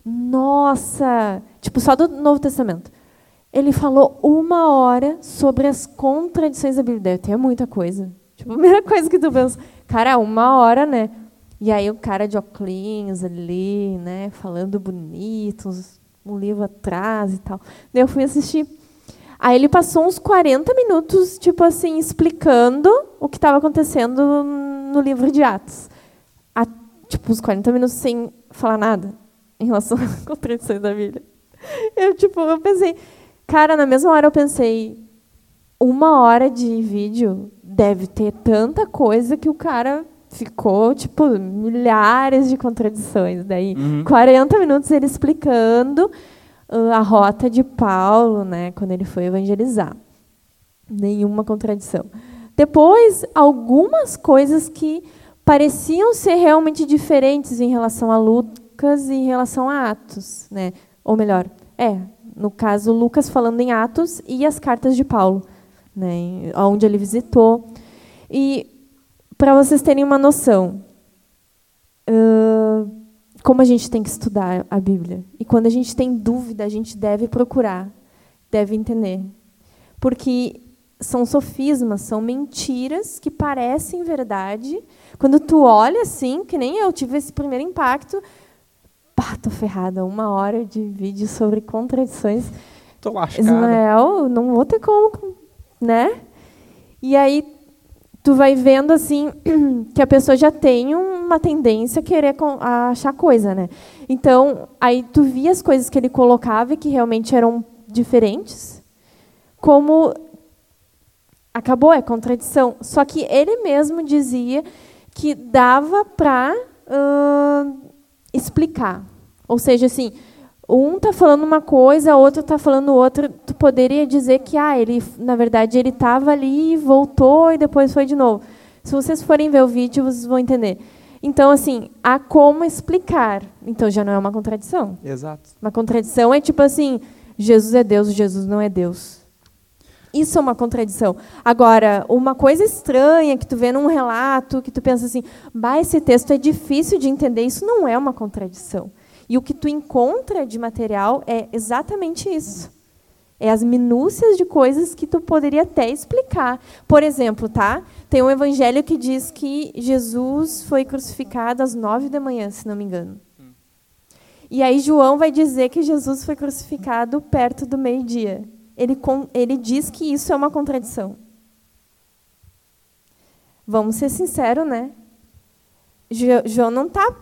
Nossa! Só do Novo Testamento. Ele falou 1 hora sobre as contradições da Bíblia. Deve ter muita coisa. A primeira coisa que tu pensa, cara, 1 hora, né? E aí o cara de óculos ali, né, falando bonito, um livro atrás e tal. Daí eu fui assistir. Aí ele passou uns 40 minutos, explicando o que estava acontecendo no livro de Atos. Uns 40 minutos sem falar nada em relação às contradições da Bíblia. Eu pensei, cara, na mesma hora eu pensei, 1 hora de vídeo deve ter tanta coisa que o cara ficou, milhares de contradições. Daí, 40 minutos ele explicando a rota de Paulo, né, quando ele foi evangelizar. Nenhuma contradição. Depois, algumas coisas que pareciam ser realmente diferentes em relação a Lucas e em relação a Atos, né? Ou melhor, no caso, Lucas falando em Atos e as cartas de Paulo, né, onde ele visitou. E, para vocês terem uma noção, como a gente tem que estudar a Bíblia. E quando a gente tem dúvida, a gente deve procurar, deve entender. Porque são sofismas, são mentiras que parecem verdade. Quando tu olha assim, que nem eu tive esse primeiro impacto, tô ferrada, 1 hora de vídeo sobre contradições. Tô lascada. Ismael, não vou ter como, né? E aí tu vai vendo assim que a pessoa já tem uma tendência a querer achar coisa, né? Então, aí tu via as coisas que ele colocava e que realmente eram diferentes, como acabou, é contradição. Só que ele mesmo dizia que dava para explicar. Ou seja, assim, um está falando uma coisa, outro está falando outra. Tu poderia dizer que, ele, na verdade, ele estava ali, voltou e depois foi de novo. Se vocês forem ver o vídeo, vocês vão entender. Então, assim, há como explicar. Então, já não é uma contradição. Exato. Uma contradição é tipo assim, Jesus é Deus, Jesus não é Deus. Isso é uma contradição. Agora, uma coisa estranha que tu vê num relato, que tu pensa assim, esse texto é difícil de entender, isso não é uma contradição. E o que tu encontra de material é exatamente isso. É as minúcias de coisas que tu poderia até explicar. Por exemplo, tem um evangelho que diz que Jesus foi crucificado às 9 da manhã, se não me engano. E aí João vai dizer que Jesus foi crucificado perto do meio-dia. Ele diz que isso é uma contradição. Vamos ser sinceros, né? João não está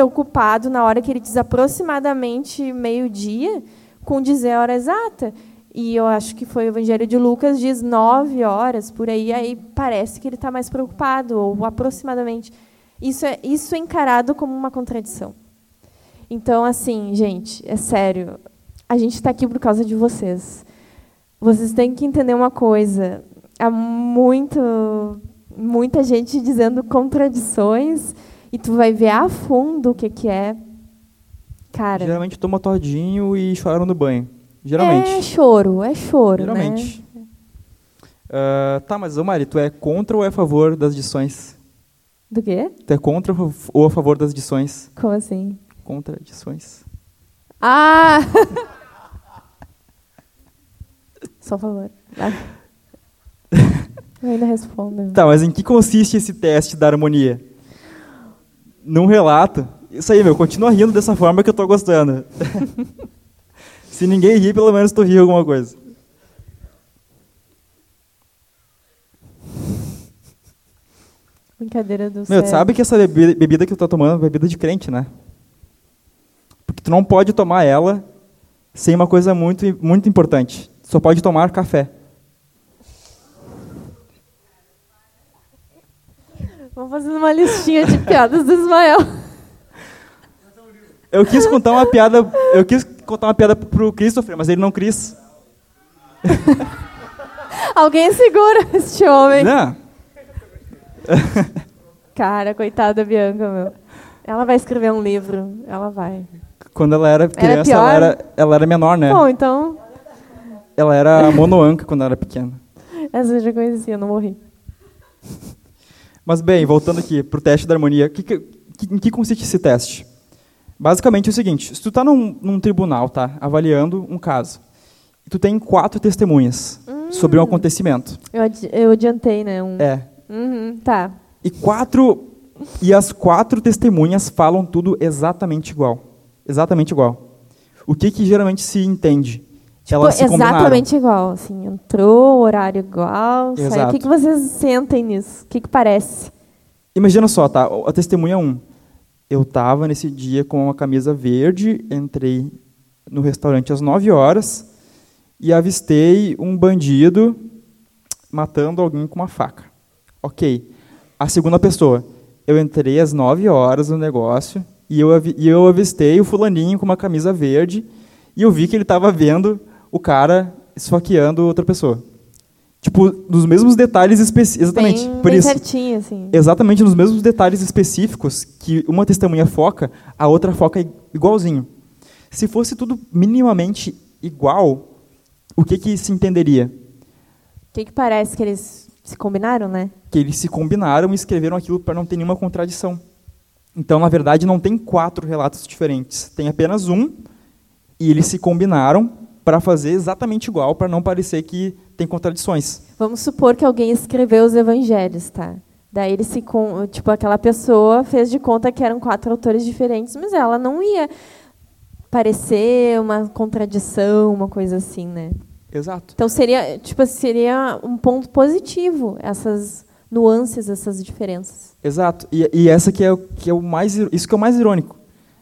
preocupado na hora que ele diz aproximadamente meio-dia com dizer a hora exata. E eu acho que foi o Evangelho de Lucas, diz 9 horas, por aí parece que ele está mais preocupado, ou aproximadamente. Isso é encarado como uma contradição. Então, assim, gente, é sério, a gente está aqui por causa de vocês. Vocês têm que entender uma coisa, há muita gente dizendo contradições, e tu vai ver a fundo o que é. Cara, geralmente toma todinho e choram no banho. Geralmente. É choro, geralmente. Né? Tá, mas, Mari, tu é contra ou é a favor das adições? Do quê? Tu é contra ou a favor das adições? Como assim? Contra adições. Ah! Só a favor. Eu ainda respondo. Tá, mas em que consiste esse teste da harmonia? Num relato. Isso aí, continua rindo dessa forma que eu tô gostando. Se ninguém ri, pelo menos tu ri alguma coisa. Brincadeira do céu. Tu sabe que essa bebida que tu tá tomando é bebida de crente, né? Porque tu não pode tomar ela sem uma coisa muito, muito importante. Tu só pode tomar café. Vamos fazendo uma listinha de piadas do Ismael. Eu quis contar uma piada pro Christopher, mas ele não quis. Alguém segura este homem. Não. Cara, coitada da Bianca, meu. Ela vai escrever um livro, ela vai. Quando ela era criança, ela era menor, né? Bom, então... Ela era monoanca quando ela era pequena. Essa eu já conhecia, não morri. Mas bem, voltando aqui pro teste da harmonia, em que consiste esse teste? Basicamente é o seguinte, se tu está num tribunal, tá, avaliando um caso, e tu tem 4 testemunhas sobre um acontecimento. Eu adiantei, né? Tá. E as 4 testemunhas falam tudo exatamente igual. Exatamente igual. O que geralmente se entende? Tipo, Elas se exatamente igual. Assim, entrou, horário igual. Exato. O que vocês sentem nisso? O que parece? Imagina só, tá? A testemunha 1. Eu estava nesse dia com uma camisa verde, entrei no restaurante às 9 horas e avistei um bandido matando alguém com uma faca. Ok. A segunda pessoa. Eu entrei às 9 horas no negócio e eu avistei o fulaninho com uma camisa verde e eu vi que ele estava vendo o cara esfaqueando outra pessoa. Tipo, nos mesmos detalhes específicos. Exatamente. Bem certinho, assim. Exatamente nos mesmos detalhes específicos que uma testemunha foca, a outra foca igualzinho. Se fosse tudo minimamente igual, o que se entenderia? O que parece que eles se combinaram, né? Que eles se combinaram e escreveram aquilo para não ter nenhuma contradição. Então, na verdade, não tem 4 relatos diferentes. Tem apenas um, e eles se combinaram para fazer exatamente igual, para não parecer que tem contradições. Vamos supor que alguém escreveu os evangelhos, tá? Daí aquela pessoa fez de conta que eram 4 autores diferentes, mas ela não ia parecer uma contradição, uma coisa assim, né? Exato. Então seria um ponto positivo essas nuances, essas diferenças. Exato. E essa que é o mais irônico.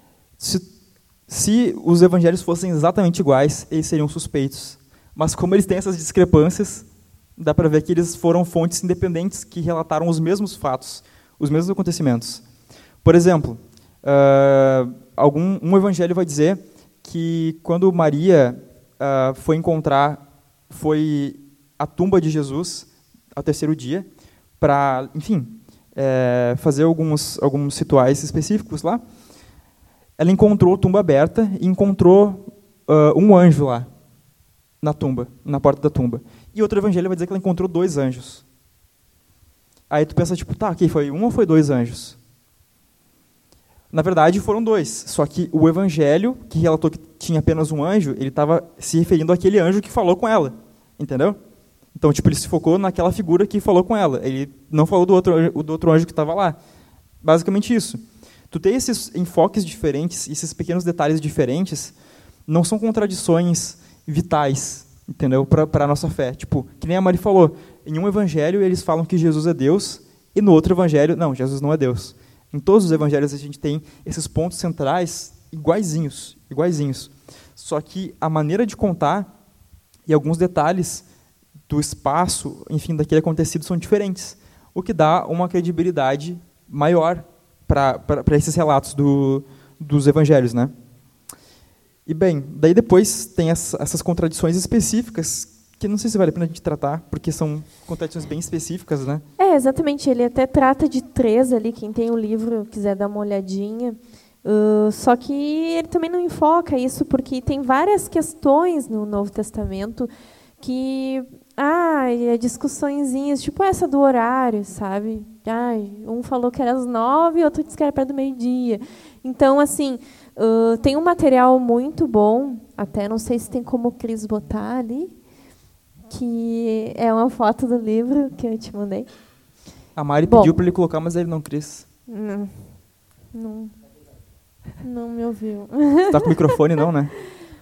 Se os evangelhos fossem exatamente iguais, eles seriam suspeitos. Mas como eles têm essas discrepâncias, dá para ver que eles foram fontes independentes que relataram os mesmos fatos, os mesmos acontecimentos. Por exemplo, um evangelho vai dizer que quando Maria foi à tumba de Jesus ao 3º dia, para, enfim, fazer alguns rituais específicos lá, ela encontrou a tumba aberta e encontrou um anjo lá, na tumba, na porta da tumba. E outro evangelho vai dizer que ela encontrou 2 anjos. Aí tu pensa, tipo, tá, foi 1 ou foi 2 anjos? Na verdade, foram 2. Só que o evangelho, que relatou que tinha apenas um anjo, ele estava se referindo àquele anjo que falou com ela. Entendeu? Então, tipo, ele se focou naquela figura que falou com ela. Ele não falou do outro anjo que estava lá. Basicamente isso. Tu ter esses enfoques diferentes, esses pequenos detalhes diferentes, não são contradições vitais, entendeu? Para a nossa fé. Tipo, que nem a Mari falou, em um evangelho eles falam que Jesus é Deus, e no outro evangelho, não, Jesus não é Deus. Em todos os evangelhos a gente tem esses pontos centrais iguaizinhos. Só que a maneira de contar e alguns detalhes do espaço, enfim, daquele acontecido são diferentes, o que dá uma credibilidade maior para esses relatos dos evangelhos, né? E bem, daí depois tem essas contradições específicas, que não sei se vale a pena a gente tratar, porque são contradições bem específicas, né? Exatamente. Ele até trata de 3 ali, quem tem o livro quiser dar uma olhadinha. Só que ele também não enfoca isso, porque tem várias questões no Novo Testamento que... discussõezinhas, tipo essa do horário, sabe? Um falou que era às 9, outro disse que era perto do meio-dia. Então, assim, tem um material muito bom, até não sei se tem como o Cris botar ali, que é uma foto do livro que eu te mandei. A Mari pediu para ele colocar, mas ele não quis. Não me ouviu. Você tá com o microfone não, né?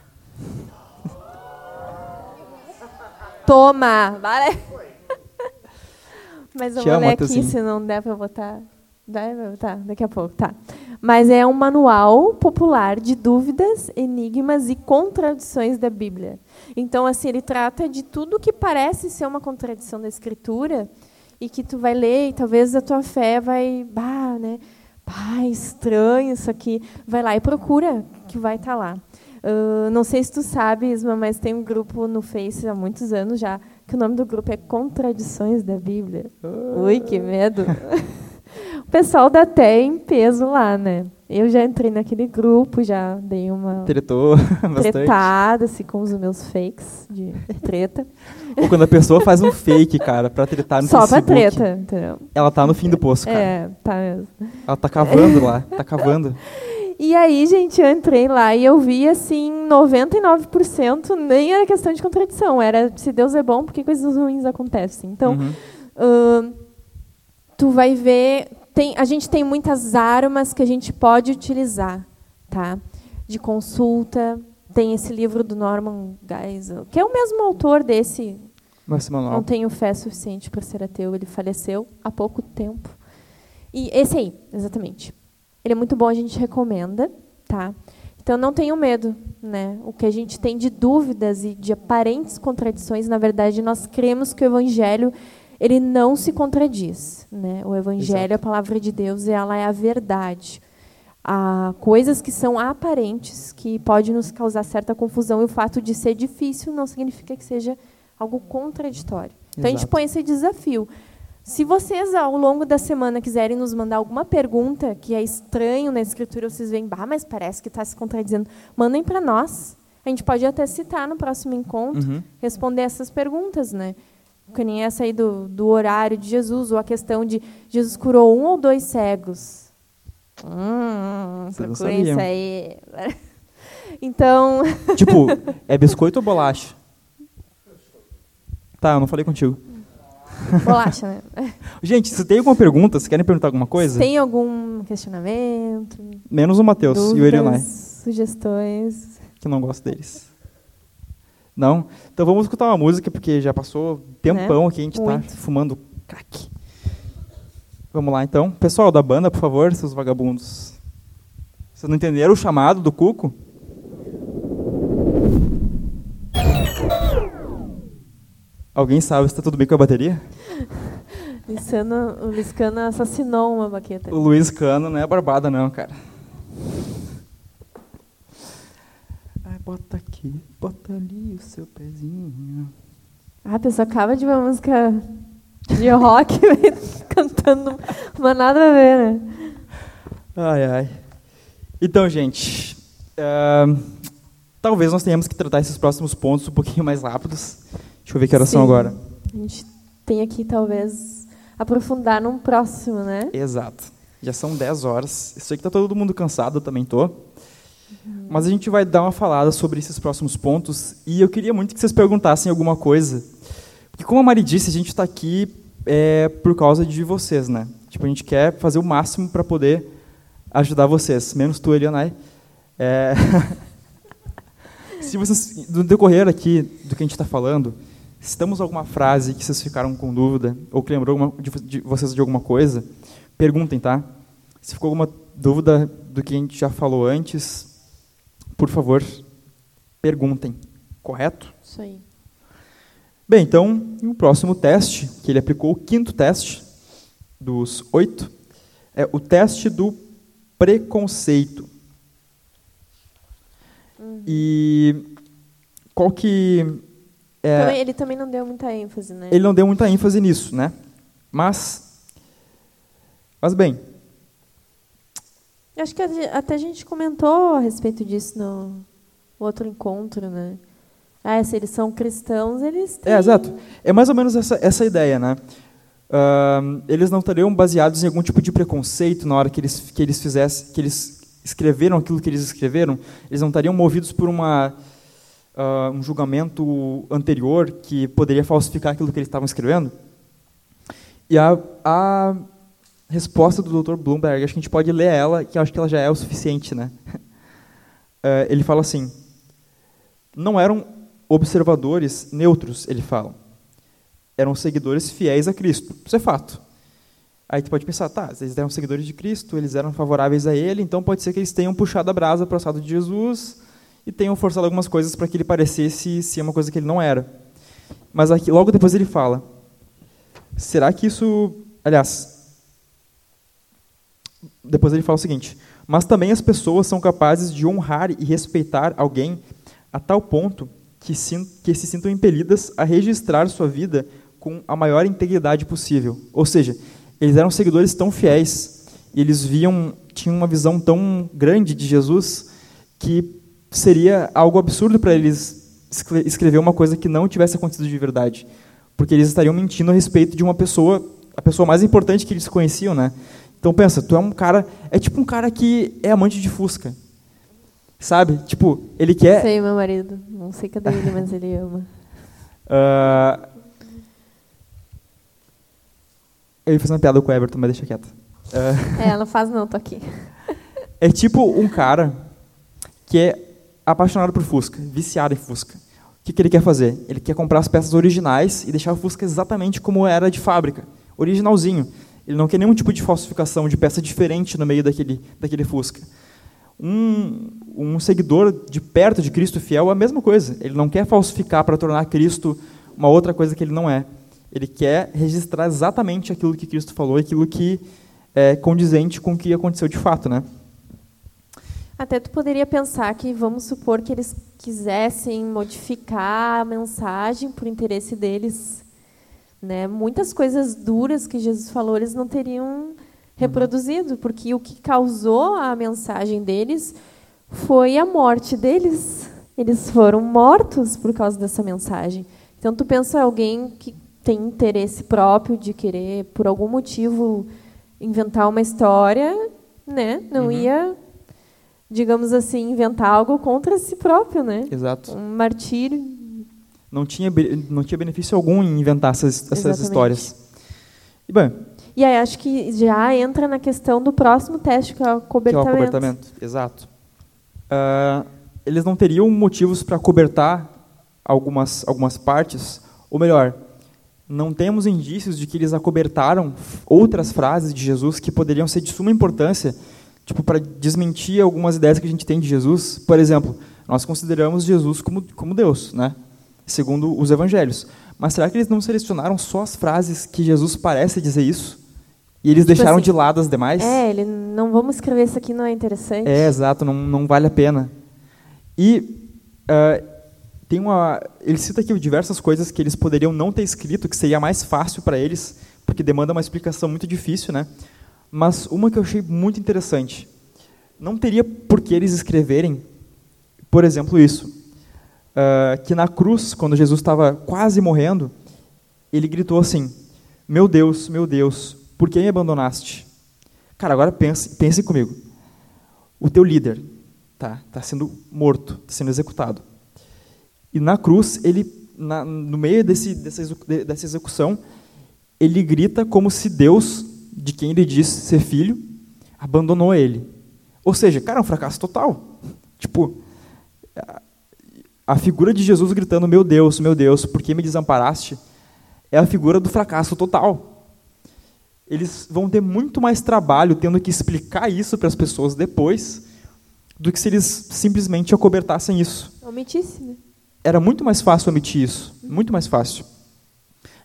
Toma! Vale. Mas eu vou ler aqui, assim. se não der para botar. Tá, daqui a pouco, tá. Mas é um manual popular de dúvidas, enigmas e contradições da Bíblia. Então, assim, ele trata de tudo que parece ser uma contradição da Escritura e que tu vai ler e talvez a tua fé vai... né? Estranho isso aqui. Vai lá e procura, que vai estar lá. Não sei se tu sabe, Isma, mas tem um grupo no Face há muitos anos já, que o nome do grupo é Contradições da Bíblia. Ui, que medo! O pessoal dá até em peso lá, né? Eu já entrei naquele grupo, já dei uma tretada assim, com os meus fakes de treta. Ou quando a pessoa faz um fake, cara, pra tretar no Só Facebook. Só pra treta, entendeu? Ela tá no fim do poço, cara. Tá mesmo. Ela tá cavando lá, tá cavando. E aí, gente, eu entrei lá e eu vi, assim, 99% nem era questão de contradição. Era, se Deus é bom, por que coisas ruins acontecem? Então, tu vai ver... a gente tem muitas armas que a gente pode utilizar, tá? De consulta. Tem esse livro do Norman Geisel, que é o mesmo autor desse. Não tenho fé suficiente para ser ateu. Ele faleceu há pouco tempo. E esse aí, exatamente. Ele é muito bom, a gente recomenda, tá? Então, não tenham medo, né? O que a gente tem de dúvidas e de aparentes contradições, na verdade, nós cremos que o Evangelho ele não se contradiz, né? O Evangelho, a palavra de Deus, ela é a verdade. Há coisas que são aparentes, que podem nos causar certa confusão, e o fato de ser difícil não significa que seja algo contraditório. Então, a gente põe esse desafio. Se vocês, ao longo da semana, quiserem nos mandar alguma pergunta que é estranho na Escritura, vocês veem, mas parece que está se contradizendo, mandem para nós. A gente pode até citar no próximo encontro, responder essas perguntas, né? Que nem essa aí do horário de Jesus, ou a questão de Jesus curou 1 ou 2 cegos. Procurem isso aí. Então... Tipo, é biscoito ou bolacha? Tá, eu não falei contigo. Bolacha, né? Gente, se tem alguma pergunta, vocês querem perguntar alguma coisa? Se tem algum questionamento? Menos o Matheus e o Erionai. Sugestões. Que eu não gosto deles. Não? Então vamos escutar uma música, porque já passou tempão aqui, a gente está fumando crack. Vamos lá, então. Pessoal da banda, por favor, seus vagabundos. Vocês não entenderam o chamado do Cuco? Alguém sabe se está tudo bem com a bateria? O Luiz Cano assassinou uma baqueta. O Luiz Cano não é barbada, não, cara. Ai, bota aqui, bota ali o seu pezinho. A pessoa acaba de uma música de rock cantando uma nada a ver, né? Ai. Então, gente, talvez nós tenhamos que tratar esses próximos pontos um pouquinho mais rápidos. Deixa eu ver que horas são agora. A gente tem aqui, talvez, aprofundar num próximo, né? Exato. Já são 10 horas. Eu sei que está todo mundo cansado, eu também estou. Mas a gente vai dar uma falada sobre esses próximos pontos. E eu queria muito que vocês perguntassem alguma coisa. Porque, como a Mari disse, a gente está aqui por causa de vocês, né? Tipo, a gente quer fazer o máximo para poder ajudar vocês. Menos tu, Elionai. Se vocês, no decorrer aqui do que a gente está falando, se temos alguma frase que vocês ficaram com dúvida, ou que lembrou de vocês de alguma coisa, perguntem, tá? Se ficou alguma dúvida do que a gente já falou antes, por favor, perguntem. Correto? Isso aí. Bem, então, o próximo teste, que ele aplicou, o quinto teste dos 8, é o teste do preconceito. E qual que é... Ele também não deu muita ênfase, né? Ele não deu muita ênfase nisso, né? Mas bem. Acho que até a gente comentou a respeito disso no outro encontro, né? Se eles são cristãos, eles têm... Exato. É mais ou menos essa ideia, né? Eles não estariam baseados em algum tipo de preconceito na hora que eles escreveram aquilo que eles escreveram. Eles não estariam movidos por um julgamento anterior que poderia falsificar aquilo que eles estavam escrevendo. E a resposta do Dr. Bloomberg, acho que a gente pode ler ela, que eu acho que ela já é o suficiente, né? Ele fala assim: não eram observadores neutros, ele fala. Eram seguidores fiéis a Cristo. Isso é fato. Aí tu pode pensar, eles eram seguidores de Cristo, eles eram favoráveis a Ele, então pode ser que eles tenham puxado a brasa para o assado de Jesus e tenham forçado algumas coisas para que ele parecesse ser uma coisa que ele não era. Mas aqui, logo depois ele fala, será que isso... Aliás, depois ele fala o seguinte: mas também as pessoas são capazes de honrar e respeitar alguém a tal ponto que se sintam impelidas a registrar sua vida com a maior integridade possível. Ou seja, eles eram seguidores tão fiéis, e eles tinham uma visão tão grande de Jesus, que seria algo absurdo para eles escrever uma coisa que não tivesse acontecido de verdade. Porque eles estariam mentindo a respeito de uma pessoa, a pessoa mais importante que eles conheciam, né? Então pensa, tu é um cara, é tipo um cara que é amante de Fusca. Sabe? Tipo, ele quer... Sei, meu marido. Não sei cadê ele, mas ele ama. Eu ia fazer uma piada com o Everton, mas deixa quieto. Não faz não, tô aqui. É tipo um cara que é apaixonado por Fusca, viciado em Fusca. O que ele quer fazer? Ele quer comprar as peças originais e deixar o Fusca exatamente como era de fábrica, originalzinho. Ele não quer nenhum tipo de falsificação, de peça diferente no meio daquele Fusca. Um seguidor de perto de Cristo fiel é a mesma coisa. Ele não quer falsificar para tornar Cristo uma outra coisa que ele não é. Ele quer registrar exatamente aquilo que Cristo falou, aquilo que é condizente com o que aconteceu de fato, né? Até tu poderia pensar que, vamos supor que eles quisessem modificar a mensagem por interesse deles, né? Muitas coisas duras que Jesus falou, eles não teriam reproduzido, porque o que causou a mensagem deles foi a morte deles. Eles foram mortos por causa dessa mensagem. Então, tu pensa alguém que tem interesse próprio de querer, por algum motivo, inventar uma história, né? Não ia, digamos assim, inventar algo contra si próprio, né? Exato. Um martírio. Não tinha benefício algum em inventar essas histórias. E, bem... E aí acho que já entra na questão do próximo teste, que é o cobertamento. Que é o cobertamento, exato. Eles não teriam motivos para cobertar algumas partes, ou melhor, não temos indícios de que eles acobertaram outras frases de Jesus que poderiam ser de suma importância, tipo, para desmentir algumas ideias que a gente tem de Jesus. Por exemplo, nós consideramos Jesus como Deus, né? Segundo os evangelhos. Mas será que eles não selecionaram só as frases que Jesus parece dizer isso? E eles deixaram de lado as demais? Não vamos escrever isso aqui, não é interessante. Exato, não vale a pena. E ele cita aqui diversas coisas que eles poderiam não ter escrito, que seria mais fácil para eles, porque demanda uma explicação muito difícil, né? Mas uma que eu achei muito interessante. Não teria por que eles escreverem, por exemplo, isso. Que na cruz, quando Jesus estava quase morrendo, ele gritou assim: meu Deus, por que me abandonaste? Cara, agora pense comigo. O teu líder tá sendo morto, está sendo executado. E na cruz, no meio dessa execução, ele grita como se Deus, de quem ele diz ser filho, abandonou ele. Ou seja, cara, é um fracasso total. Tipo, a figura de Jesus gritando, meu Deus, por que me desamparaste? É a figura do fracasso total. Eles vão ter muito mais trabalho tendo que explicar isso para as pessoas depois, do que se eles simplesmente acobertassem isso. Omitisse, né? Era muito mais fácil omitir isso, muito mais fácil.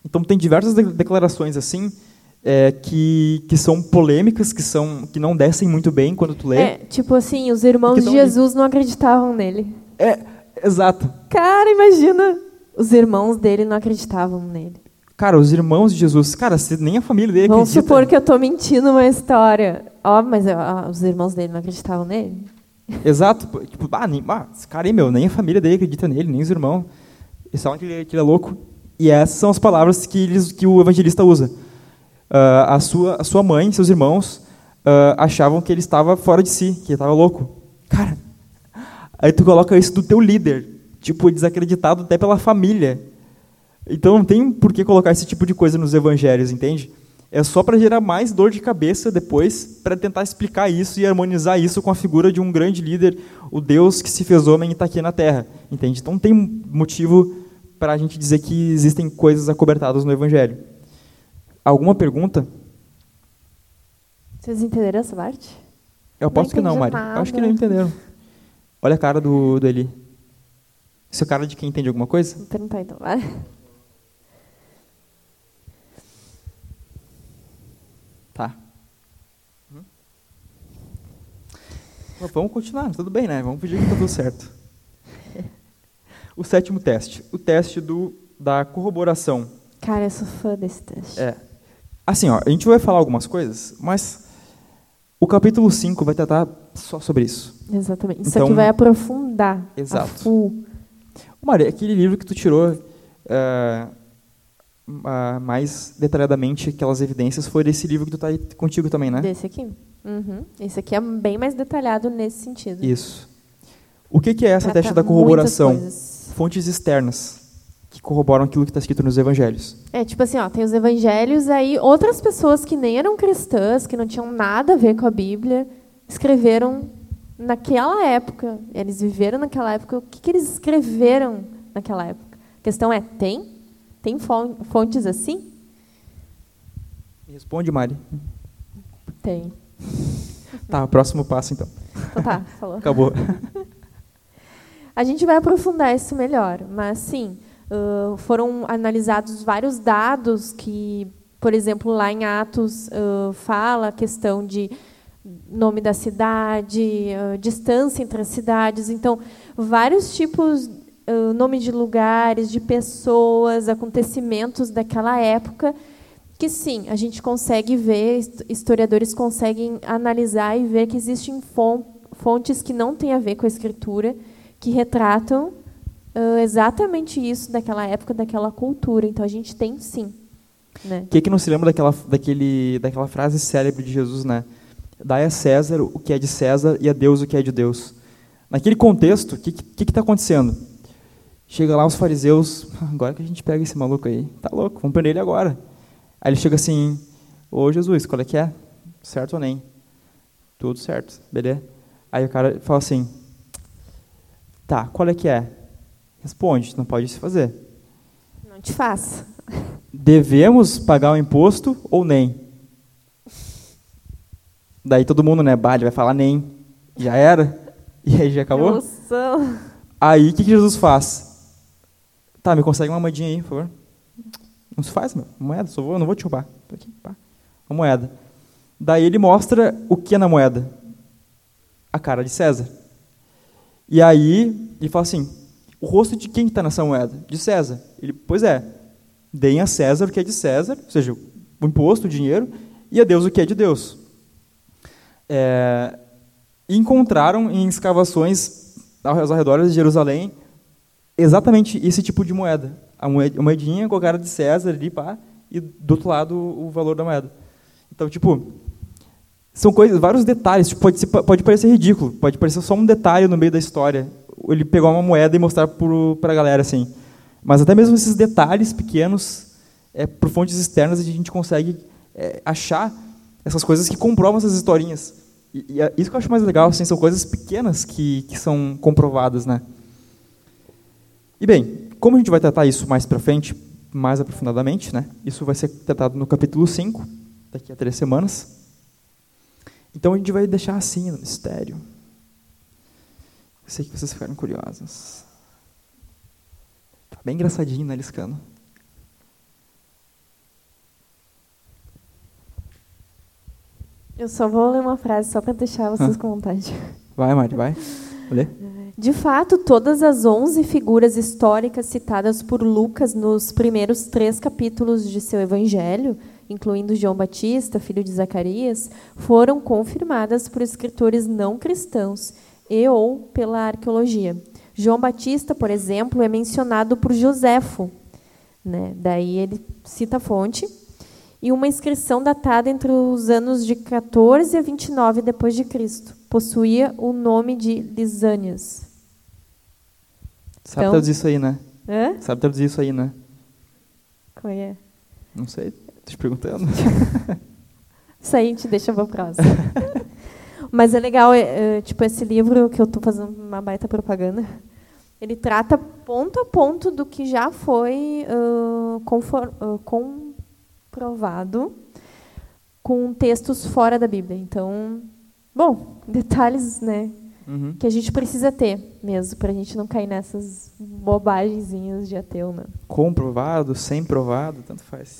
Então, tem diversas declarações assim, que são polêmicas, que não descem muito bem quando tu lê. Tipo assim, os irmãos de Jesus não acreditavam nele. Exato. Cara, imagina, os irmãos dele não acreditavam nele. Cara, os irmãos de Jesus, cara, nem a família dele acredita. Vamos supor que eu estou mentindo uma história. Mas os irmãos dele não acreditavam nele? Exato. Tipo, esse cara aí, nem a família dele acredita nele, nem os irmãos. Eles falam que ele é louco. E essas são as palavras que o evangelista usa. A sua mãe, seus irmãos, achavam que ele estava fora de si, que ele estava louco. Cara, aí tu coloca isso do teu líder, tipo, desacreditado até pela família. Então não tem por que colocar esse tipo de coisa nos evangelhos, entende? É só para gerar mais dor de cabeça depois, para tentar explicar isso e harmonizar isso com a figura de um grande líder, o Deus que se fez homem e está aqui na Terra, entende? Então não tem motivo para a gente dizer que existem coisas acobertadas no evangelho. Alguma pergunta? Vocês entenderam essa parte? Eu aposto que não, Mari. Eu acho que não entenderam. Olha a cara do Eli. Esse é o cara de quem entende alguma coisa? Vou perguntar então, vai. Tá. Vamos continuar, tudo bem, né? Vamos pedir que tá tudo certo. O 7º teste. O teste da corroboração. Cara, eu sou fã desse teste. Assim, a gente vai falar algumas coisas, mas o capítulo 5 vai tratar só sobre isso. Exatamente. Isso aqui vai aprofundar. Exato. Maria, aquele livro que tu tirou mais detalhadamente aquelas evidências foi desse livro que tu tá aí contigo também, né? Desse aqui. Uhum. Esse aqui é bem mais detalhado nesse sentido. Isso. O que é essa teste da corroboração? Fontes externas que corroboram aquilo que está escrito nos evangelhos. Tipo assim, tem os evangelhos, aí outras pessoas que nem eram cristãs, que não tinham nada a ver com a Bíblia, escreveram naquela época. Eles viveram naquela época. O que eles escreveram naquela época? A questão é, tem fontes assim? Responde, Mari. Tem. Tá, próximo passo, então. Então tá, falou. Acabou. A gente vai aprofundar isso melhor, mas sim, foram analisados vários dados que, por exemplo, lá em Atos fala a questão de nome da cidade, distância entre as cidades, então vários tipos, nome de lugares, de pessoas, acontecimentos daquela época, que sim, a gente consegue ver, historiadores conseguem analisar e ver que existem fontes que não têm a ver com a Escritura, que retratam exatamente isso daquela época, daquela cultura. Então, a gente tem, sim. Né? Que não se lembra daquela frase célebre de Jesus, né? Dai a César o que é de César e a Deus o que é de Deus. Naquele contexto, o que está acontecendo? Chega lá os fariseus, agora que a gente pega esse maluco aí, tá louco, vamos prender ele agora. Aí ele chega assim, ô Jesus, qual é que é? Certo ou nem? Tudo certo, beleza? Aí o cara fala assim, tá, qual é que é? Responde, não pode se fazer. Não te faço. Devemos pagar o imposto ou nem? Daí todo mundo, né, ele vai falar nem. Já era? E aí já acabou? Emoção. Aí o que Jesus faz? Tá, me consegue uma moedinha aí, por favor. Não se faz, meu. Moeda, não vou te roubar. Aqui, pá. Uma moeda. Daí ele mostra o que é na moeda. A cara de César. E aí ele fala assim, o rosto de quem está nessa moeda? De César. Ele, pois é, deem a César o que é de César, ou seja, o imposto, o dinheiro, e a Deus o que é de Deus. E encontraram em escavações aos arredores de Jerusalém exatamente esse tipo de moeda. A moedinha com a cara de César ali, pá, e do outro lado o valor da moeda. Então, são coisas, vários detalhes, pode parecer ridículo, pode parecer só um detalhe no meio da história, ele pegar uma moeda e mostrar para a galera, assim. Mas até mesmo esses detalhes pequenos, por fontes externas, a gente consegue achar essas coisas que comprovam essas historinhas. E isso que eu acho mais legal, assim, são coisas pequenas que são comprovadas, né? E bem, como a gente vai tratar isso mais para frente, mais aprofundadamente, né? Isso vai ser tratado no capítulo 5, daqui a 3 semanas. Então a gente vai deixar assim no mistério. Eu sei que vocês ficaram curiosos. Tá bem engraçadinho, né, Liscano? Eu só vou ler uma frase só para deixar vocês com vontade. Vai, Mari, vai. Lê. De fato, todas as 11 figuras históricas citadas por Lucas nos primeiros 3 capítulos de seu evangelho, incluindo João Batista, filho de Zacarias, foram confirmadas por escritores não cristãos e ou pela arqueologia. João Batista, por exemplo, é mencionado por Joséfo, né? Daí ele cita a fonte, e uma inscrição datada entre os anos de 14 a 29 depois de Cristo. Possuía o nome de Lisânias. Sabe traduzir isso aí, né? Hã? Sabe traduzir isso aí, né? Qual é? Não sei, tô te perguntando. Isso aí a gente deixa para o próximo. Mas é legal, tipo, esse livro que eu estou fazendo uma baita propaganda, ele trata ponto a ponto do que já foi comprovado com textos fora da Bíblia. Então, bom, detalhes, né, que a gente precisa ter mesmo, para a gente não cair nessas bobagenzinhas de ateu, né? Comprovado, sem provado, tanto faz.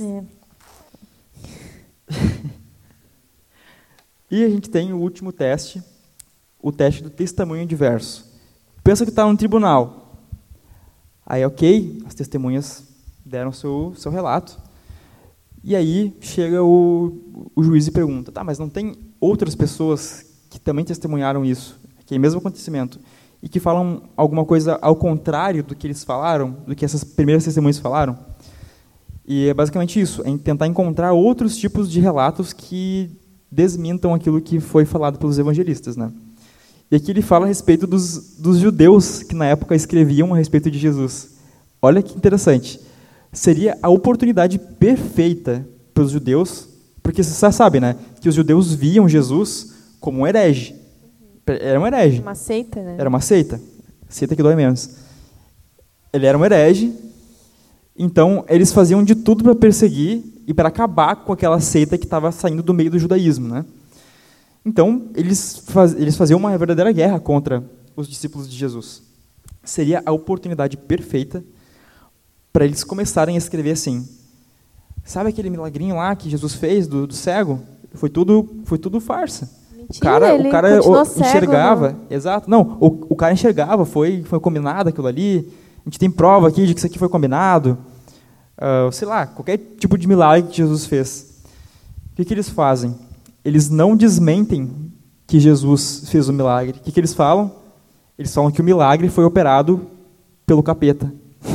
E a gente tem o último teste, o teste do testemunho diverso. Pensa que está no tribunal. Aí, ok, as testemunhas deram seu relato. E aí chega o juiz e pergunta, tá, mas não tem outras pessoas que também testemunharam isso, aquele mesmo acontecimento, e que falam alguma coisa ao contrário do que eles falaram, do que essas primeiras testemunhas falaram? E é basicamente isso, é tentar encontrar outros tipos de relatos que desmintam aquilo que foi falado pelos evangelistas, né? E aqui ele fala a respeito dos judeus que na época escreviam a respeito de Jesus. Olha que interessante. Seria a oportunidade perfeita para os judeus, porque você já sabe, né, que os judeus viam Jesus como um herege. Era um herege. Uma seita, né? Era uma seita. Seita que dói menos. Ele era um herege, então eles faziam de tudo para perseguir e para acabar com aquela seita que estava saindo do meio do judaísmo, né? Então, eles faziam uma verdadeira guerra contra os discípulos de Jesus. Seria a oportunidade perfeita para eles começarem a escrever assim. Sabe aquele milagrinho lá que Jesus fez do cego? Foi tudo farsa. Mentira, O cara enxergava. Cego, exato. Não, o cara enxergava, foi combinado aquilo ali. A gente tem prova aqui de que isso aqui foi combinado. Sei lá, qualquer tipo de milagre que Jesus fez. O que eles fazem? Eles não desmentem que Jesus fez o milagre. O que eles falam? Eles falam que o milagre foi operado pelo capeta.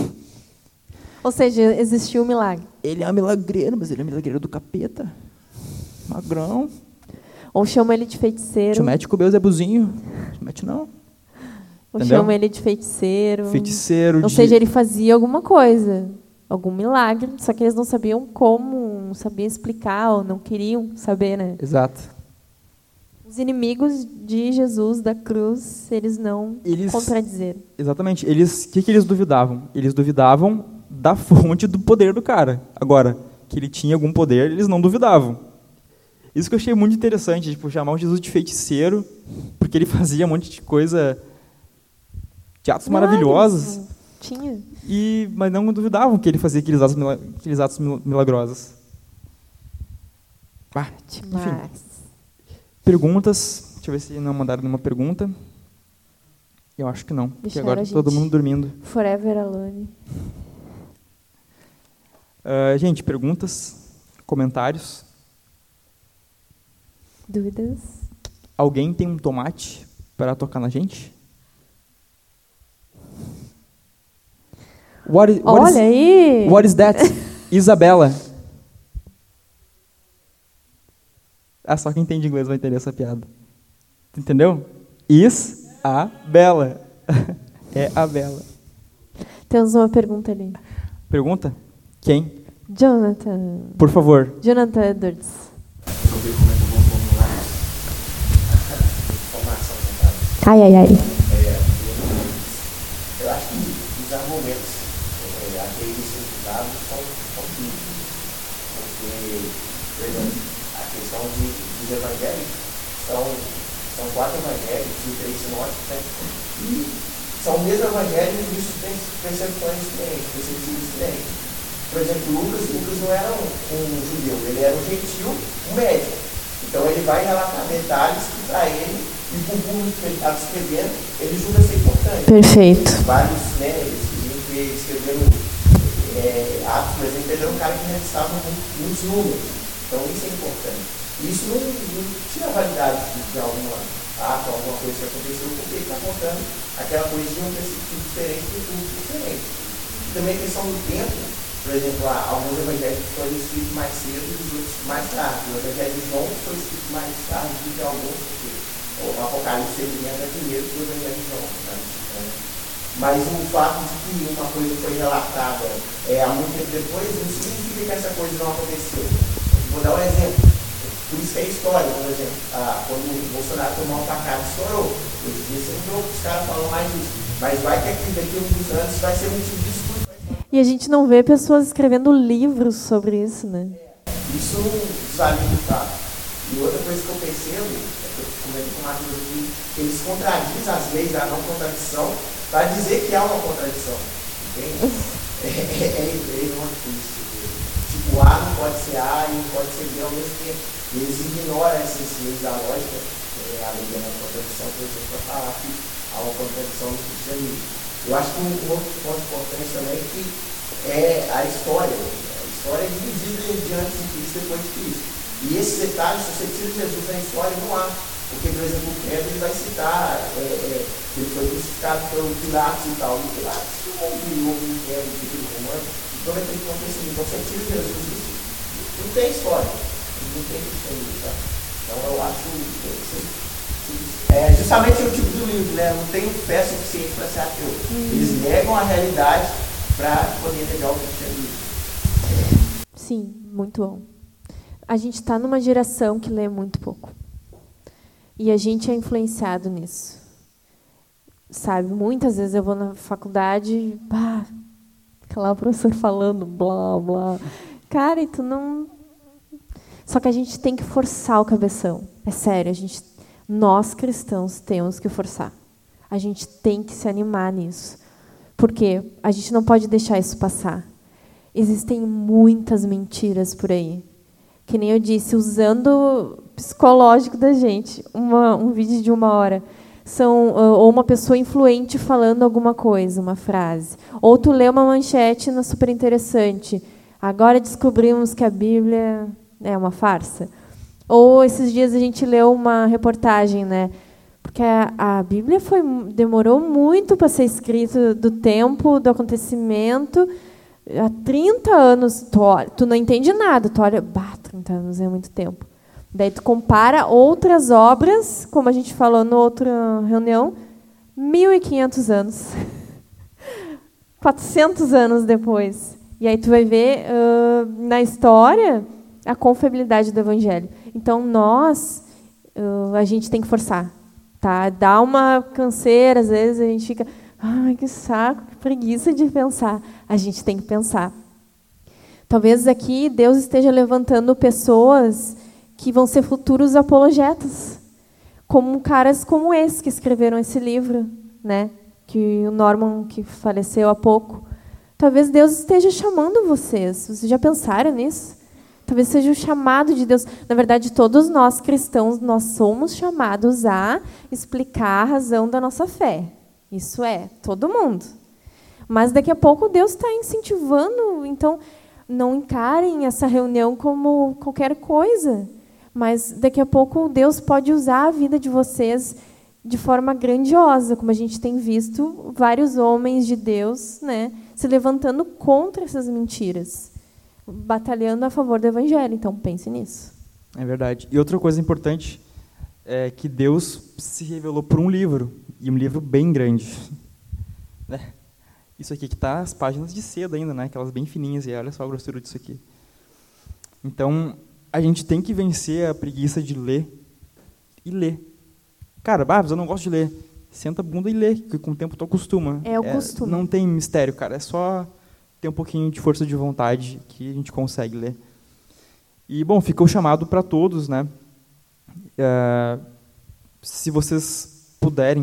Ou seja, existiu um milagre. Ele é um milagreiro, mas ele é um milagreiro do capeta. Magrão. Ou chama ele de feiticeiro. Te mete com o Beuzebuzinho. Te mete não. Ou chama ele de feiticeiro. Ou seja, ele fazia alguma coisa. Algum milagre, só que eles não sabiam como, não sabiam explicar, ou não queriam saber, né? Exato. Os inimigos de Jesus, da cruz, eles não contradizeram. Exatamente. O que eles duvidavam? Eles duvidavam da fonte do poder do cara. Agora, que ele tinha algum poder, eles não duvidavam. Isso que eu achei muito interessante, tipo, chamar o Jesus de feiticeiro, porque ele fazia um monte de coisa, de atos maravilhosos. Tinha. Mas não duvidavam que ele fazia aqueles atos milagrosos. Enfim. Perguntas. Deixa eu ver se não mandaram nenhuma pergunta. Eu acho que não, porque agora está todo mundo dormindo. Forever alone. Gente, perguntas, comentários. Dúvidas? Alguém tem um tomate para tocar na gente? Olha aí! What is that? Isabela. Só quem entende inglês vai entender essa piada. Entendeu? Isabela. É a Bela. Temos uma pergunta ali. Pergunta? Quem? Jonathan. Por favor. Jonathan Edwards. Não sei como é que eu vou formular informação centrada. Ai. Eu acho que os argumentos aqueles estudados são bíblicos. Porque, por exemplo, a questão dos evangelhos são 4 evangelhos e 3 sinóticos, né? E são o mesmo evangelho e isso tem percepções diferentes, perspectivas diferentes. Por exemplo, Lucas não era um judeu, ele era um gentil, um médico. Então ele vai relatar detalhes que para ele e para o público que ele estava escrevendo, ele julga ser importante. Perfeito. Vários, né, escrevendo Atos, por exemplo, ele era um cara que registrava muitos números. Então isso é importante. Isso não tira a validade de alguma ato, alguma coisa que aconteceu, porque ele está contando aquela coisa de um perspectiva diferente de um público diferente. E também a questão do tempo, por exemplo, alguns evangelhos foram escritos mais cedo e os outros mais tarde. O evangelho de João foi escrito mais tarde do que alguns, porque o Apocalipse ele entra primeiro que o evangelho de João. Tá? Mas o fato de que uma coisa foi relatada há muito tempo depois não significa que essa coisa não aconteceu. Vou dar um exemplo. Por isso que é história, por exemplo, quando o Bolsonaro tomou uma facada, estourou. Hoje em dia você não vê os caras falando mais disso. Mas vai que aqui daqui a alguns anos vai ser motivo disso tudo. E a gente não vê pessoas escrevendo livros sobre isso, né? Isso não desvalida o fato. E outra coisa que eu percebo, que eu comento com o Marcos aqui, eles contradizem as leis da não contradição para dizer que há uma contradição. Entende? É difícil. Tipo, A não pode ser A e não pode ser B ao mesmo tempo. Eles ignoram essas leis da lógica, a lei da não contradição, por exemplo, para falar que há uma contradição no cristianismo. Eu acho que um outro ponto importante também é que é a história. A história é dividida diante de Cristo e depois de Cristo. E esses detalhes, se você tira Jesus da história, não há. Porque, por exemplo, o Pedro ele vai citar que ele foi crucificado pelo Pilatos e tal. E Pilatos não ouviu o Pedro, o Pedro Romano, e todo aquele acontecimento. Então, você tira Jesus disso, não tem história. Não tem cristianismo, tá? Então eu acho justamente o tipo do livro, né? Não tem fé suficiente para ser ateu. Eles negam a realidade para poder negar o cristianismo. Sim, muito bom. A gente está numa geração que lê muito pouco. E a gente é influenciado nisso. Sabe, muitas vezes eu vou na faculdade, fica lá o professor falando, blá, blá. Cara, e tu não... Só que a gente tem que forçar o cabeção. É sério, nós cristãos temos que forçar. A gente tem que se animar nisso. Porque a gente não pode deixar isso passar. Existem muitas mentiras por aí. Que nem eu disse, usando o psicológico da gente. Um vídeo de 1 hora. Ou uma pessoa influente falando alguma coisa, uma frase. Ou tu lê uma manchete na super interessante. Agora descobrimos que a Bíblia... é uma farsa. Ou esses dias a gente leu uma reportagem, né? Porque a Bíblia demorou muito para ser escrita do tempo, do acontecimento. Há 30 anos, tu não entende nada. Tu olha, 30 anos é muito tempo. Daí tu compara outras obras, como a gente falou na outra reunião, 1.500 anos. 400 anos depois. E aí tu vai ver na história... a confiabilidade do Evangelho. Então, a gente tem que forçar. Tá? Dá uma canseira, às vezes a gente fica, ai, que saco, que preguiça de pensar. A gente tem que pensar. Talvez aqui Deus esteja levantando pessoas que vão ser futuros apologetas, como caras como esse que escreveram esse livro, né? Que o Norman, que faleceu há pouco. Talvez Deus esteja chamando vocês. Vocês já pensaram nisso? Talvez seja o chamado de Deus. Na verdade, todos nós cristãos, nós somos chamados a explicar a razão da nossa fé. Isso é, todo mundo. Mas daqui a pouco Deus está incentivando. Então, não encarem essa reunião como qualquer coisa. Mas daqui a pouco Deus pode usar a vida de vocês de forma grandiosa, como a gente tem visto vários homens de Deus, né, se levantando contra essas mentiras, batalhando a favor do Evangelho. Então, pense nisso. É verdade. E outra coisa importante é que Deus se revelou por um livro, e um livro bem grande. Né? Isso aqui que está as páginas de seda ainda, né? Aquelas bem fininhas, e olha só a grossura disso aqui. Então, a gente tem que vencer a preguiça de ler e ler. Cara, eu não gosto de ler. Senta a bunda e lê, que com o tempo tu acostuma. É o costume. Não tem mistério, cara. É só ter um pouquinho de força de vontade que a gente consegue ler. E, bom, fica o chamado para todos, né? Se vocês puderem,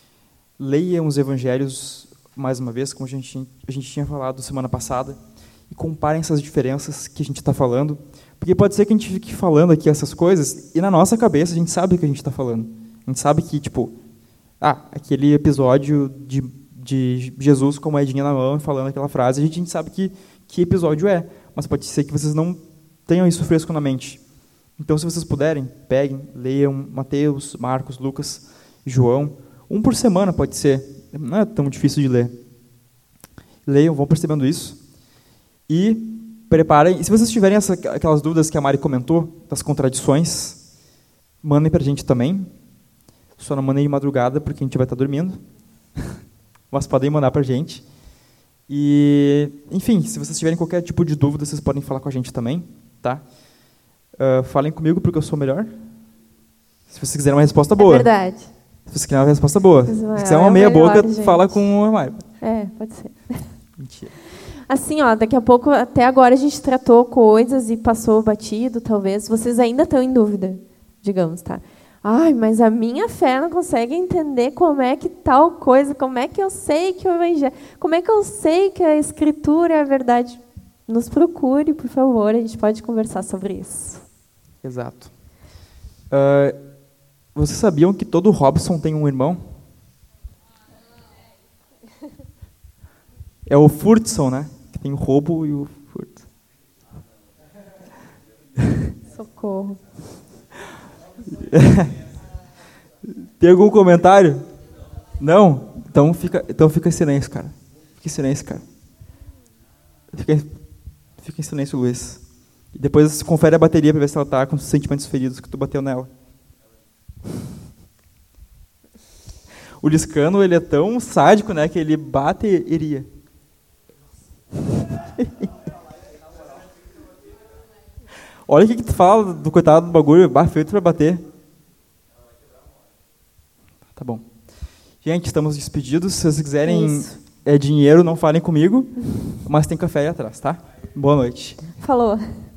leiam os evangelhos mais uma vez, como a gente tinha falado semana passada, e comparem essas diferenças que a gente está falando, porque pode ser que a gente fique falando aqui essas coisas e na nossa cabeça a gente sabe o que a gente está falando. A gente sabe que, tipo, aquele episódio de Jesus com a moedinha na mão e falando aquela frase, a gente sabe que episódio é, mas pode ser que vocês não tenham isso fresco na mente. Então, se vocês puderem, peguem, leiam Mateus, Marcos, Lucas, João, um por semana pode ser, não é tão difícil de ler. Leiam, vão percebendo isso e preparem. E se vocês tiverem aquelas dúvidas que a Mari comentou, das contradições, mandem para a gente também. Só não mandem de madrugada, porque a gente vai estar dormindo. Mas podem mandar para a gente. E, enfim, se vocês tiverem qualquer tipo de dúvida, vocês podem falar com a gente também, tá? Falem comigo, porque eu sou melhor. Se vocês quiserem uma resposta boa. É verdade. Se vocês quiserem uma resposta boa. Se quiser uma meia boca, fala com a Mari. Pode ser. Mentira. Assim, daqui a pouco, até agora a gente tratou coisas e passou batido, talvez. Vocês ainda estão em dúvida, digamos, tá? Mas a minha fé não consegue entender como é que tal coisa, como é que eu sei que o Evangelho, como é que eu sei que a Escritura é a verdade. Nos procure, por favor, a gente pode conversar sobre isso. Exato. Vocês sabiam que todo Robson tem um irmão? É o Furtson, né? Que tem o roubo e o furto. Socorro. Tem algum comentário? Não? Então fica em silêncio, cara. Fica em silêncio, cara. Fica em silêncio, Luiz. E depois confere a bateria para ver se ela está com os sentimentos feridos que tu bateu nela. O Liscano, ele é tão sádico, né, que ele bate e iria. Olha o que tu fala do coitado do bagulho, feito para bater. Tá bom. Gente, estamos despedidos. Se vocês quiserem dinheiro, não falem comigo, mas tem café aí atrás, tá? Boa noite. Falou.